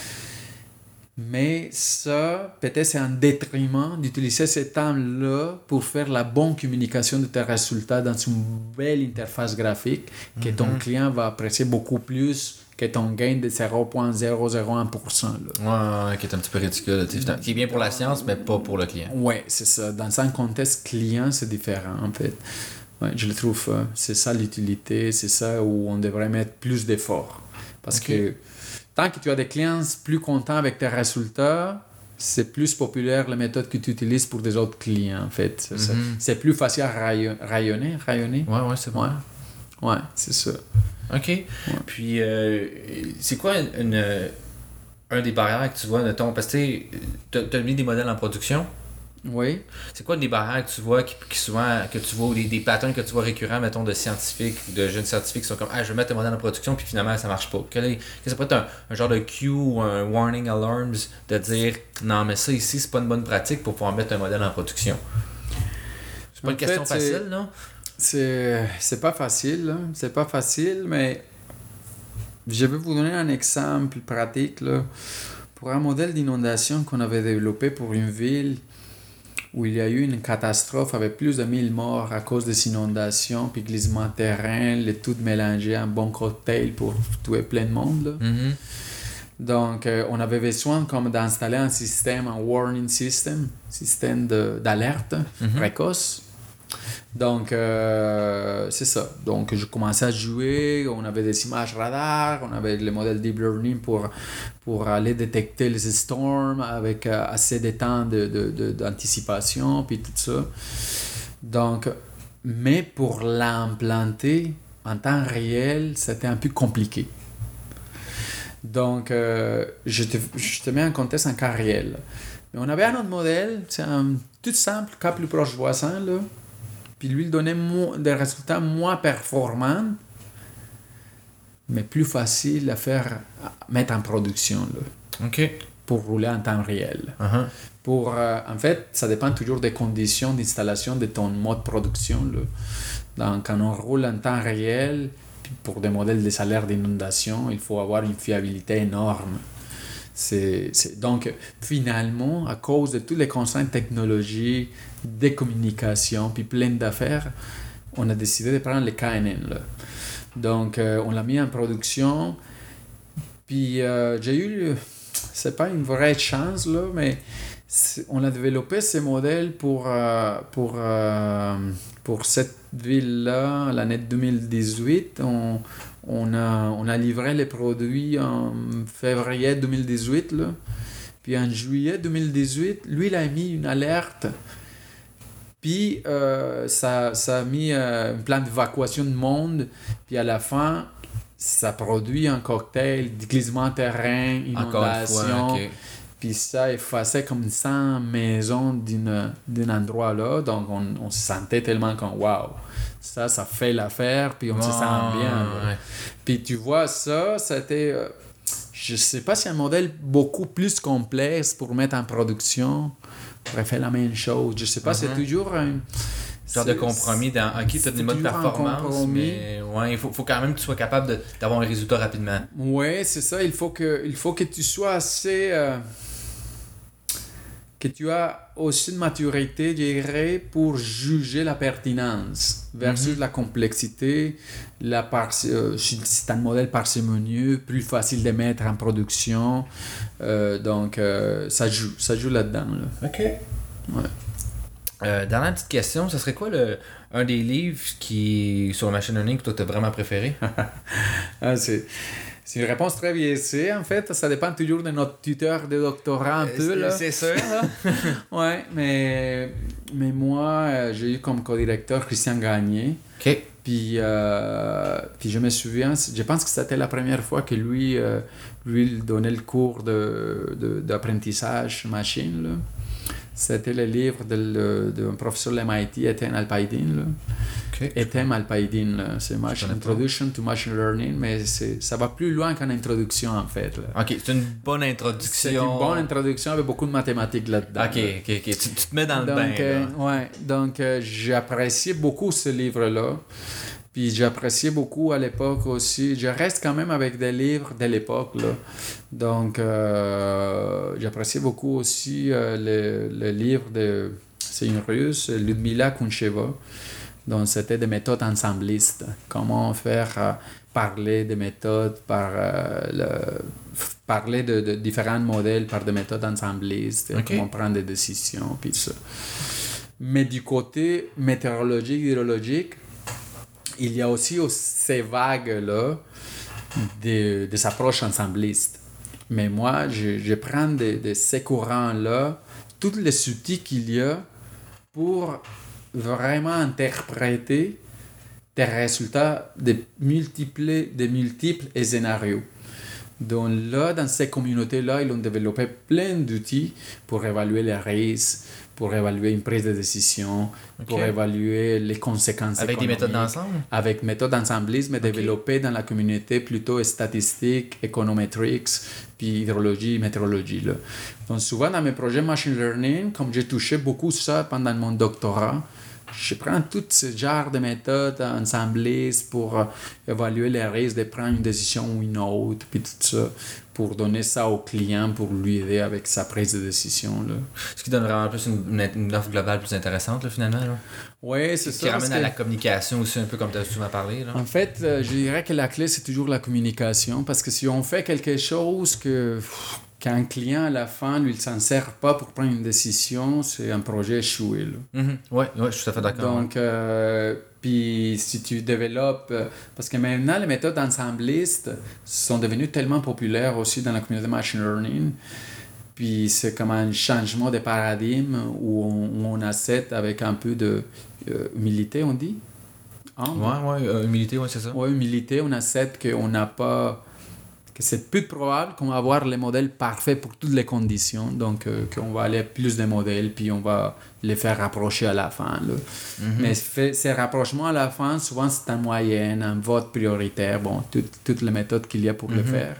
Mais ça, peut-être c'est un détriment d'utiliser ce temps-là pour faire la bonne communication de tes résultats dans une belle interface graphique que ton Mhm. client va apprécier beaucoup plus que ton gain de zéro virgule zéro zéro un pour cent. Ouais, ouais, qui est un petit peu ridicule. Qui est bien pour la science, mais pas pour le client. Oui, c'est ça. Dans un contexte client, c'est différent, en fait. Ouais, je le trouve, euh, c'est ça l'utilité, c'est ça où on devrait mettre plus d'efforts. Parce okay. que tant que tu as des clients plus contents avec tes résultats, c'est plus populaire la méthode que tu utilises pour des autres clients, en fait. C'est, mm-hmm. c'est plus facile à rayon- rayonner, rayonner. Ouais, ouais, c'est bon. Ouais, ouais c'est ça. OK. Ouais. Puis, euh, c'est quoi une, une, un des barrières que tu vois, mettons, parce que tu as mis des modèles en production. Oui. C'est quoi des barrières que tu vois qui, qui souvent que tu vois des, des patterns que tu vois récurrents, mettons, de scientifiques, de jeunes scientifiques qui sont comme ah, je vais mettre un modèle en production puis finalement ça marche pas. Quel est, que ça peut être un, un genre de cue ou un warning alarms de dire non mais ça ici c'est pas une bonne pratique pour pouvoir mettre un modèle en production. C'est pas en une fait, question facile, non? C'est c'est pas facile, là. C'est pas facile, mais je vais vous donner un exemple pratique là. Pour un modèle d'inondation qu'on avait développé pour une ville où il y a eu une catastrophe avec plus de mille morts à cause des inondations, puis glissement de terrain, le tout mélangé, un bon cocktail pour tuer plein de monde. Là. Mm-hmm. Donc, euh, on avait besoin comme d'installer un système, un warning system, système de, d'alerte mm-hmm. précoce. Donc, euh, c'est ça. Donc, je commençais à jouer. On avait des images radar. On avait le modèle Deep Learning pour, pour aller détecter les storms avec euh, assez de temps de, de, de, d'anticipation, puis tout ça. Donc, mais pour l'implanter en temps réel, c'était un peu compliqué. Donc, euh, je, te, je te mets en contexte en cas réel. Mais on avait un autre modèle, c'est un tout simple, cas plus proche voisin, là. Puis lui, il donnait mo- des résultats moins performants, mais plus faciles à faire, à mettre en production, là, OK. pour rouler en temps réel. Uh-huh. Pour, euh, en fait, ça dépend toujours des conditions d'installation de ton mode de production. Là. Donc, quand on roule en temps réel, pour des modèles de salaire d'inondation, il faut avoir une fiabilité énorme. C'est, c'est... Donc, finalement, à cause de toutes les contraintes technologiques, des communications, puis plein d'affaires, on a décidé de prendre le K N N. Là. Donc, euh, on l'a mis en production. Puis, euh, j'ai eu, c'est pas une vraie chance, là, mais on a développé ce modèle pour, euh, pour, euh, pour cette ville-là, l'année deux mille dix-huit. On, on, a, on a livré les produits en février deux mille dix-huit. Là. Puis, en juillet deux mille dix-huit, lui, il a mis une alerte. Puis, euh, ça, ça a mis euh, un plan d'évacuation de monde. Puis, à la fin, ça produit un cocktail de glissement de terrain, inondation. Okay. Puis, ça effaçait comme cent maisons d'une, d'un endroit là. Donc, on, on se sentait tellement comme wow, ça, ça fait l'affaire. Puis, on oh, se sent bien. Ouais. Puis, tu vois, ça, c'était. Euh, je sais pas si un modèle beaucoup plus complexe pour mettre en production. On pourrait faire la même chose. Je sais pas, mm-hmm. c'est toujours un... genre de compromis dans... OK, tu as des modes de performance, mais ouais, il faut, faut quand même que tu sois capable de, d'avoir un résultat rapidement. Oui, c'est ça. Il faut que, il faut que tu sois assez... Euh, que tu as aussi de maturité, je dirais, pour juger la pertinence versus mm-hmm. la complexité. La par... euh, si c'est un modèle parcimonieux, plus facile de mettre en production. Euh, donc, euh, ça joue. Ça joue là-dedans. Là. OK. Ouais. Euh, dernière petite question, ce serait quoi le, un des livres qui sur le machine learning que toi tu as vraiment préféré? ah, c'est... C'est une réponse très biaisée, en fait. Ça dépend toujours de notre tuteur de doctorat un peu. C'est, là. c'est sûr, là. Oui, mais, mais moi, j'ai eu comme co-directeur Christian Gagné. OK. Puis, euh, puis je me souviens, je pense que c'était la première fois que lui, euh, lui donnait le cours de, de, d'apprentissage machine, là. C'était le livre d'un professeur de l'M I T, Ethem Alpaïdine. Là. Okay. Ethem Alpaïdine, là. C'est Machine Introduction to Machine Learning, mais c'est, ça va plus loin qu'une introduction, en fait. Là. OK, c'est une bonne introduction. C'est une bonne introduction avec beaucoup de mathématiques là-dedans. OK, OK, OK. Tu, tu te mets dans le donc, bain. Euh, là. Ouais, donc euh, j'ai apprécié beaucoup ce livre-là. Puis j'appréciais beaucoup à l'époque aussi. Je reste quand même avec des livres de l'époque, là. Donc, euh, j'appréciais beaucoup aussi euh, le, le livre de... C'est une russe, Ludmila Kouncheva. Donc, c'était des méthodes ensemblistes. Comment faire euh, parler des méthodes par... Euh, le, parler de, de différents modèles par des méthodes ensemblistes. Okay. Comment prendre des décisions, puis ça. Mais du côté météorologique, hydrologique, il y a aussi ces vagues-là des, des approches ensemblistes. Mais moi, je, je prends de, de ces courants-là, tous les outils qu'il y a pour vraiment interpréter des résultats de multiples, de multiples scénarios. Donc là, dans ces communautés-là, ils ont développé plein d'outils pour évaluer les risques, pour évaluer une prise de décision, okay. pour évaluer les conséquences avec des méthodes d'ensemble? Avec méthodes d'ensemblisme okay. développées dans la communauté plutôt statistique, économétrique, puis hydrologie, météorologie. Là. Donc souvent dans mes projets machine learning, comme j'ai touché beaucoup ça pendant mon doctorat, je prends tout ce genre de méthodes ensemblistes pour évaluer les risques de prendre une décision ou une autre, puis tout ça, pour donner ça au client, pour lui aider avec sa prise de décision. Là. Ce qui donne vraiment plus une, une offre globale plus intéressante, là, finalement. Oui, c'est ça. Qui ramène à que... la communication aussi, un peu comme tu as souvent parlé. Là. En fait, euh, je dirais que la clé, c'est toujours la communication, parce que si on fait quelque chose que... Qu'un client, à la fin, lui, il ne s'en sert pas pour prendre une décision, c'est un projet échoué. Mm-hmm. Oui, ouais, je suis tout à fait d'accord. Donc, euh, puis si tu développes... Parce que maintenant, les méthodes ensemblistes sont devenues tellement populaires aussi dans la communauté machine learning. Puis c'est comme un changement de paradigme où on, où on accepte avec un peu de euh, humilité, on dit. Oui, hein? oui, euh, humilité, oui, c'est ça. Oui, humilité, on accepte qu'on n'a pas... c'est peu probable qu'on va avoir les modèles parfaits pour toutes les conditions. Donc, euh, qu'on va aller plus de modèles, puis on va les faire rapprocher à la fin. Là. Mm-hmm. Mais fait, ces rapprochements à la fin, souvent, c'est en moyenne, un vote prioritaire. Bon, tout, toutes les méthodes qu'il y a pour mm-hmm. le faire.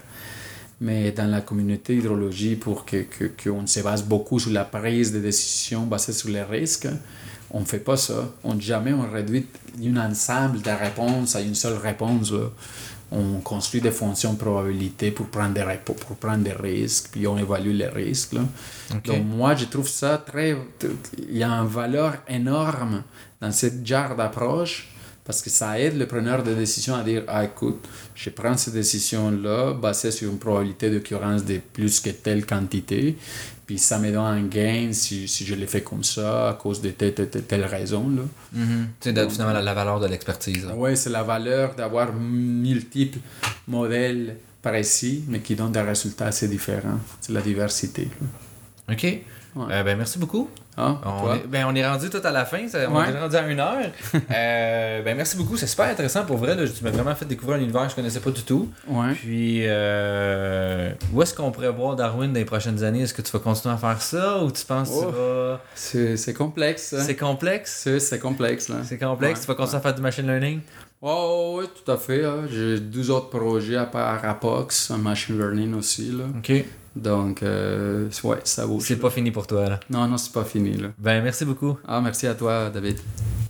Mais dans la communauté hydrologie, pour que, que, qu'on se base beaucoup sur la prise de décisions basée sur les risques, on ne fait pas ça. On, jamais on réduit un ensemble de réponses à une seule réponse. Là. On construit des fonctions de probabilité pour prendre des, pour prendre des risques, puis on évalue les risques. Là. Okay. Donc moi, je trouve ça très... Il y a une valeur énorme dans ce genre d'approche, parce que ça aide le preneur de décision à dire « Ah, écoute, je prends cette décision-là basée sur une probabilité d'occurrence de plus que telle quantité, puis ça me donne un gain si, si je le fais comme ça à cause de telle, telle, telle, telle raison. » là. Mm-hmm. C'est de, finalement la, la valeur de l'expertise. Oui, c'est la valeur d'avoir multiples modèles précis, mais qui donnent des résultats assez différents. C'est la diversité. Là. OK. Ouais. Euh, ben, merci beaucoup. Ah, on, est, ben, on est rendu tout à la fin, ça, on ouais. est rendu à une heure. euh, ben, merci beaucoup, c'est super intéressant pour vrai. Là, tu m'as vraiment fait découvrir un univers que je connaissais pas du tout. Ouais. Puis, euh, où est-ce qu'on pourrait voir Darwin dans les prochaines années? Est-ce que tu vas continuer à faire ça ou tu penses oh. que tu vas... C'est, c'est complexe. Hein? C'est complexe? C'est, c'est complexe. Là. C'est complexe. Ouais. Tu vas continuer ouais. à faire du machine learning? Oh, oui, tout à fait. Hein. J'ai deux autres projets à part Apox, un machine learning aussi. Là. OK. Donc, euh, ouais, ça vaut. C'est pas fini pour toi, là? Non, non, c'est pas fini, là. Ben, merci beaucoup. Ah, merci à toi, David.